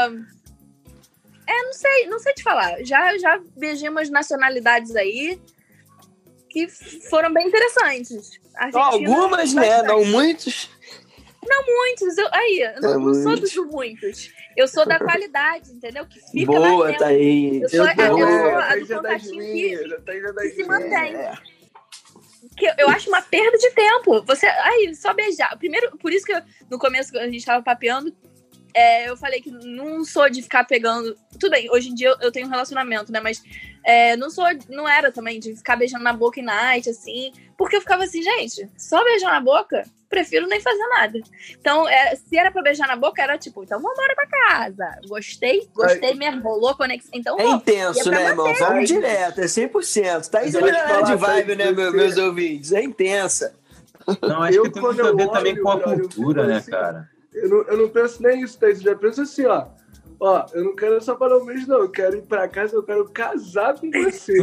não sei te falar. Já beijei umas nacionalidades aí que foram bem interessantes. Algumas, né? Não muitos. Não muitos. Eu não sou dos muitos. Eu sou da qualidade, entendeu? Que fica boa, batendo. Thaís. Eu sou a do já das contatinho minhas, que se mantém. Que eu acho uma perda de tempo. Você, só beijar. Primeiro, por isso que no começo, quando a gente tava papeando, eu falei que não sou de ficar pegando... Tudo bem, hoje em dia eu tenho um relacionamento, né? Mas não era também de ficar beijando na boca em night, assim. Porque eu ficava assim, gente, só beijar na boca, prefiro nem fazer nada. Então, se era pra beijar na boca, era tipo, então vamos embora pra casa. Gostei mesmo, rolou conexão. Então, intenso, né, irmão? Vamos direto, é 100%. Tá exagerado de vibe, né, meus ouvintes? É intensa. Não, acho que tem muito a ver também com a cultura, né, cara? Eu não penso nem isso, Thaís. Eu já penso assim, ó, eu não quero só para um mês, não. Eu quero ir pra casa, eu quero casar com você.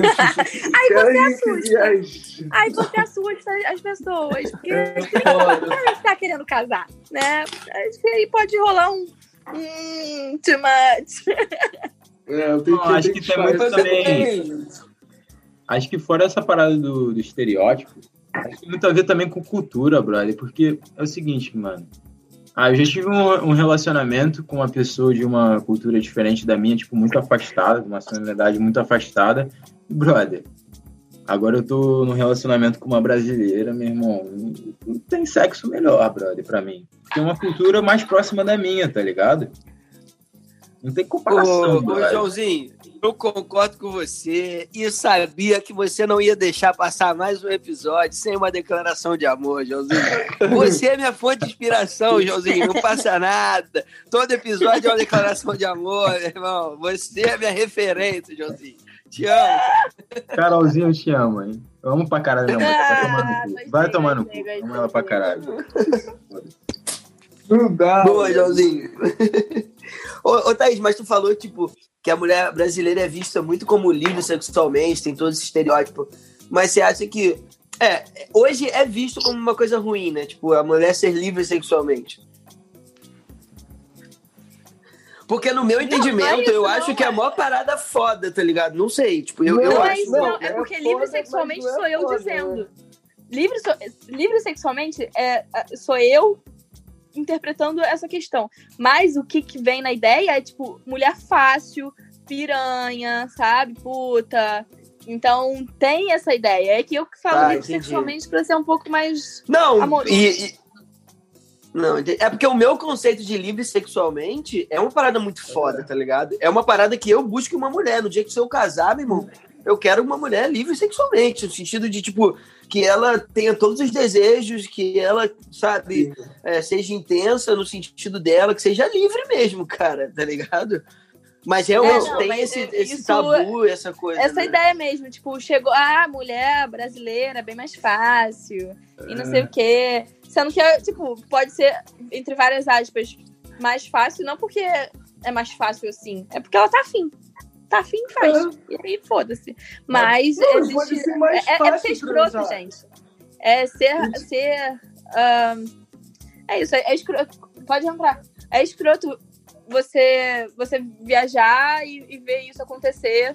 Aí você assusta as pessoas. Porque você tá querendo casar, né? Acho que aí pode rolar um too much. Acho que tem muito também. Acho que fora essa parada do estereótipo, acho que tem muito a ver também com cultura, brother. Porque é o seguinte, mano. Eu já tive um relacionamento com uma pessoa de uma cultura diferente da minha, tipo, muito afastada, de uma nacionalidade muito afastada. Brother, agora eu tô num relacionamento com uma brasileira, meu irmão. Não tem sexo melhor, brother, pra mim. Tem uma cultura mais próxima da minha, tá ligado? Não tem comparação, brother. Joãozinho, eu concordo com você e sabia que você não ia deixar passar mais um episódio sem uma declaração de amor, Joãozinho. Você é minha fonte de inspiração, Joãozinho, não passa nada. Todo episódio é uma declaração de amor, meu irmão. Você é minha referência, Joãozinho. Te amo. Carolzinho, eu te amo, hein? Eu amo pra caralho, minha mãe. Vai tomar no cu. Amo ela pra caralho. Não dá. Boa, Joãozinho. Ô, Thaís, mas tu falou, tipo, que a mulher brasileira é vista muito como livre sexualmente, tem todo esse estereótipo. Mas você acha que... hoje é visto como uma coisa ruim, né? Tipo, a mulher ser livre sexualmente. Porque no meu entendimento, eu acho que é a maior parada foda, tá ligado? Não sei, tipo, eu acho... Não, é porque livre sexualmente sou eu dizendo. Livre sexualmente sou eu interpretando essa questão. Mas o que vem na ideia é, tipo, mulher fácil, piranha, sabe? Puta. Então, tem essa ideia. É que eu falo livre sexualmente pra ser um pouco mais amoroso. Não, é porque o meu conceito de livre sexualmente é uma parada muito foda, tá ligado? É uma parada que eu busco uma mulher. No dia que eu casar, meu irmão, eu quero uma mulher livre sexualmente, no sentido de, tipo, que ela tenha todos os desejos, que ela, sabe, seja intensa no sentido dela, que seja livre mesmo, cara, tá ligado? Mas realmente tem esse tabu, essa coisa. Essa ideia mesmo, tipo, chegou, mulher brasileira, bem mais fácil, e não sei o quê. Sendo que, tipo, pode ser, entre várias aspas, mais fácil, não porque é mais fácil assim, é porque ela tá afim. Tá afim, faz. E aí, foda-se. Mas existe... É ser escroto, gente. É ser... é isso, é escroto. Pode entrar. É escroto você viajar e ver isso acontecer.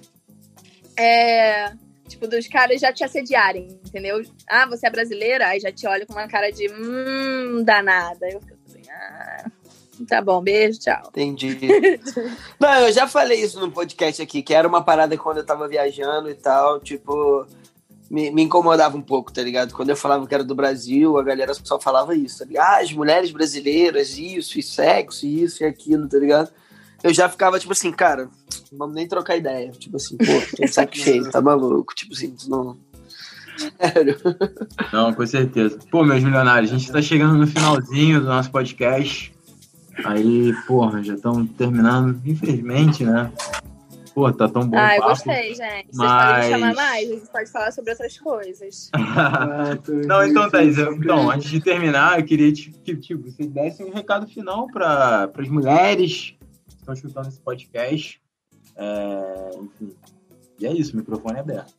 Tipo, dos caras já te assediarem, entendeu? Você é brasileira? Aí já te olha com uma cara de danada. Eu fico assim, tá bom, beijo, tchau. Entendi. Não, eu já falei isso no podcast aqui, que era uma parada quando eu tava viajando e tal, tipo, me incomodava um pouco, tá ligado? Quando eu falava que era do Brasil, a galera só falava isso, tá ligado? As mulheres brasileiras, isso, e sexo, isso e aquilo, tá ligado? Eu já ficava, tipo assim, cara, não vamos nem trocar ideia. Tipo assim, pô, tô de saco cheio, tá maluco? Tipo assim, não... Sério. Não, com certeza. Pô, meus milionários, a gente tá chegando no finalzinho do nosso podcast. Aí, porra, já estamos terminando, infelizmente, né? Pô, tá tão bom o Eu papo. gostei, gente. Vocês Mas- podem me chamar mais, a gente pode falar sobre outras coisas. Não, então, Thaís, então, antes de terminar, eu queria que você desse um recado final para as mulheres que estão escutando esse podcast. Enfim, e é isso, o microfone é aberto.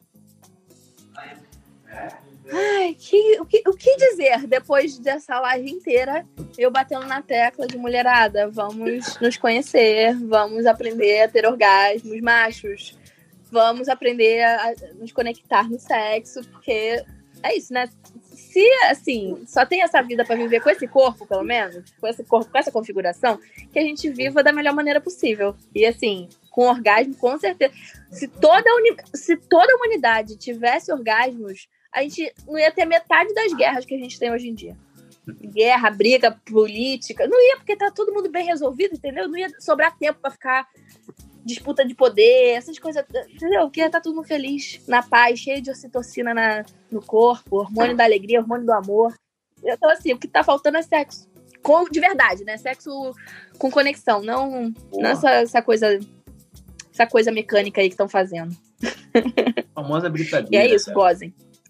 Ai, o que dizer depois dessa live inteira, eu batendo na tecla de mulherada? Vamos nos conhecer, vamos aprender a ter orgasmos machos, vamos aprender a nos conectar no sexo, porque é isso, né? Se, assim, só tem essa vida pra viver com esse corpo, pelo menos, com esse corpo, com essa configuração, que a gente viva da melhor maneira possível. E, assim, com orgasmo, com certeza. Se toda a humanidade tivesse orgasmos, a gente não ia ter metade das guerras que a gente tem hoje em dia. Guerra, briga política. Não ia, porque tá todo mundo bem resolvido, entendeu? Não ia sobrar tempo pra ficar disputa de poder, essas coisas, entendeu? Porque ia tá todo mundo feliz, na paz, cheio de ocitocina no corpo, hormônio da alegria, hormônio do amor. Então, assim, o que tá faltando é sexo. De verdade, né? Sexo com conexão, não essa coisa mecânica aí que estão fazendo. A famosa E brincadeira. é isso, gozem.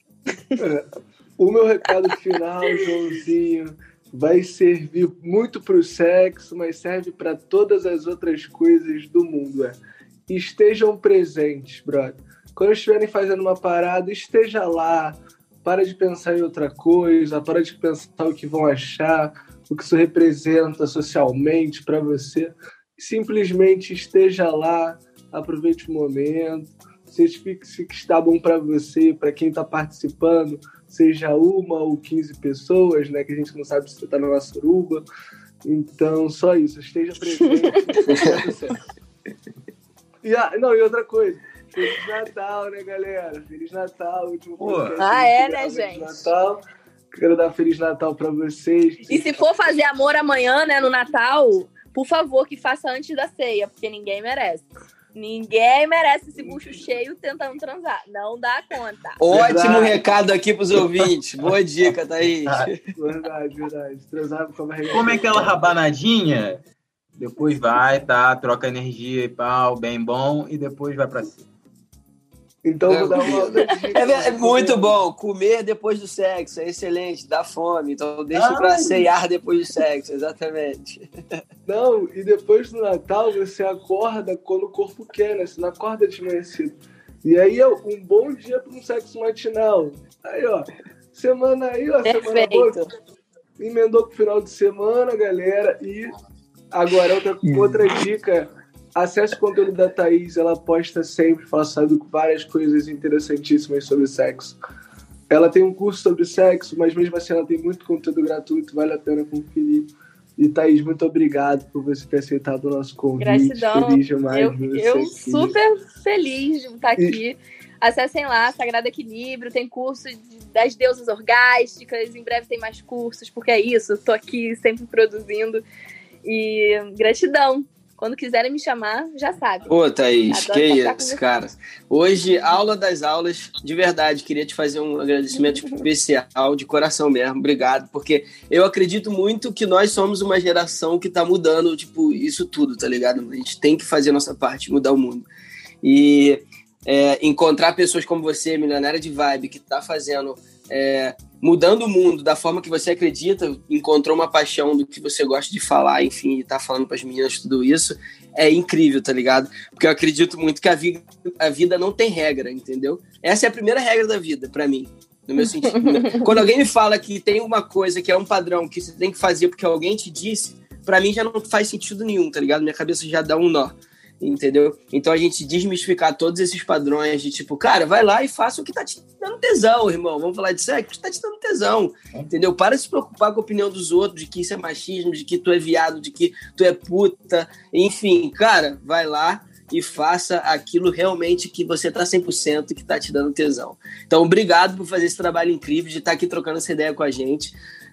O meu recado final, Joãozinho, vai servir muito para o sexo, mas serve para todas as outras coisas do mundo. Estejam presentes, brother. Quando estiverem fazendo uma parada, esteja lá. Para de pensar em outra coisa, para de pensar o que vão achar, o que isso representa socialmente para você. Simplesmente esteja lá, aproveite o momento. Certifique se que está bom para você, para quem está participando, seja uma ou 15 pessoas, né? Que a gente não sabe se você está numa suruba. Então, só isso. Esteja presente. E outra coisa. Feliz Natal, né, galera? Feliz Natal. Último podcast. Né, gente? Feliz Natal. Quero dar Feliz Natal para vocês. E se for fazer amor amanhã, né, no Natal, por favor, que faça antes da ceia, porque ninguém merece. Ninguém merece esse bucho cheio tentando transar. Não dá conta. Ótimo recado aqui pros ouvintes. Boa dica, Thaís. Verdade. Transar com a barriga. Come aquela rabanadinha, depois vai, troca energia e pau, bem bom, e depois vai pra cima. Então, vou dar uma outra dica. É muito bom. Comer depois do sexo é excelente, dá fome. Então deixa pra ceiar depois do sexo, exatamente. Não, e depois do Natal você acorda quando o corpo quer, né? Você não acorda de manhã cedo. E aí é um bom dia para um sexo matinal. Aí, ó, semana Perfeito. boa. Emendou com o final de semana, galera. E agora, outra dica. Acesse o conteúdo da Thaís, ela posta sempre, fala sobre várias coisas interessantíssimas sobre sexo. Ela tem um curso sobre sexo, mas mesmo assim ela tem muito conteúdo gratuito, vale a pena conferir. E Thaís, muito obrigado por você ter aceitado o nosso convite. Gratidão. Feliz demais Eu super feliz de estar aqui. Acessem lá, Sagrado Equilíbrio, tem curso das deusas orgásticas, em breve tem mais cursos, porque é isso, eu tô aqui sempre produzindo. E gratidão. Quando quiserem me chamar, já sabe. Ô, Thaís, Adoro que passar isso, com cara. Hoje, aula das aulas, de verdade, queria te fazer um agradecimento especial, de coração mesmo, obrigado, porque eu acredito muito que nós somos uma geração que tá mudando, tipo, isso tudo, tá ligado? A gente tem que fazer a nossa parte, mudar o mundo. E encontrar pessoas como você, milionária de vibe, que tá fazendo... mudando o mundo da forma que você acredita, encontrou uma paixão do que você gosta de falar, enfim, e tá falando para as meninas tudo isso, é incrível, tá ligado? Porque eu acredito muito que a vida não tem regra, entendeu? Essa é a primeira regra da vida, para mim, no meu sentido. Quando alguém me fala que tem uma coisa que é um padrão que você tem que fazer porque alguém te disse, para mim já não faz sentido nenhum, tá ligado? Minha cabeça já dá um nó. Entendeu? Então a gente desmistificar todos esses padrões de tipo, cara, vai lá e faça o que tá te dando tesão, irmão. Vamos falar de sexo, o que tá te dando tesão, entendeu? Para de se preocupar com a opinião dos outros, de que isso é machismo, de que tu é viado, de que tu é puta, enfim, cara, vai lá e faça aquilo realmente que você tá 100% e que tá te dando tesão. Então, obrigado por fazer esse trabalho incrível, de estar aqui trocando essa ideia com a gente.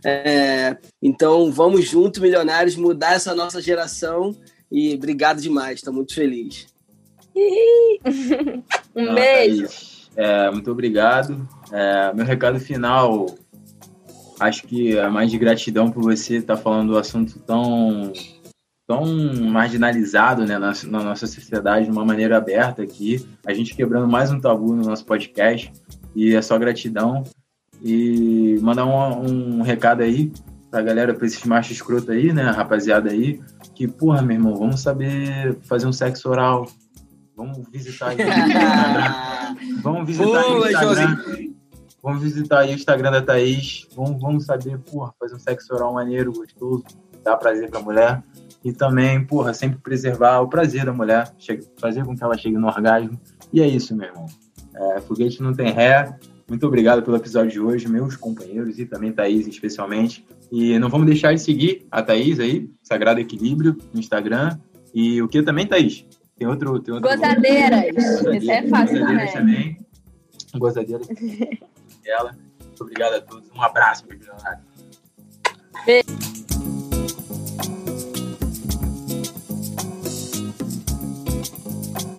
Então, vamos junto, milionários, mudar essa nossa geração. E obrigado demais, estou muito feliz. Um beijo. Muito obrigado. Meu recado final, acho que é mais de gratidão por você estar falando do assunto tão tão marginalizado, né, na nossa sociedade, de uma maneira aberta aqui. A gente quebrando mais um tabu no nosso podcast. E é só gratidão. E mandar um recado aí pra galera, pra esses machos escroto aí, né, rapaziada aí, que, porra, meu irmão, vamos saber fazer um sexo oral. Vamos visitar aí o Instagram. Vamos visitar aí o Instagram. Vamos visitar aí o Instagram da Thaís. Vamos saber, porra, fazer um sexo oral maneiro, gostoso, dar prazer pra mulher. E também, porra, sempre preservar o prazer da mulher, fazer com que ela chegue no orgasmo. E é isso, meu irmão. Foguete não tem ré. Muito obrigado pelo episódio de hoje, meus companheiros e também Thaís, especialmente. E não vamos deixar de seguir a Thaís aí, Sagrado Equilíbrio, no Instagram. E o que também, Thaís? Tem outro... Gozadeiras. Esse é fácil também. Gozadeiras dela. Muito obrigado a todos. Um abraço, meu milionário. Beijo.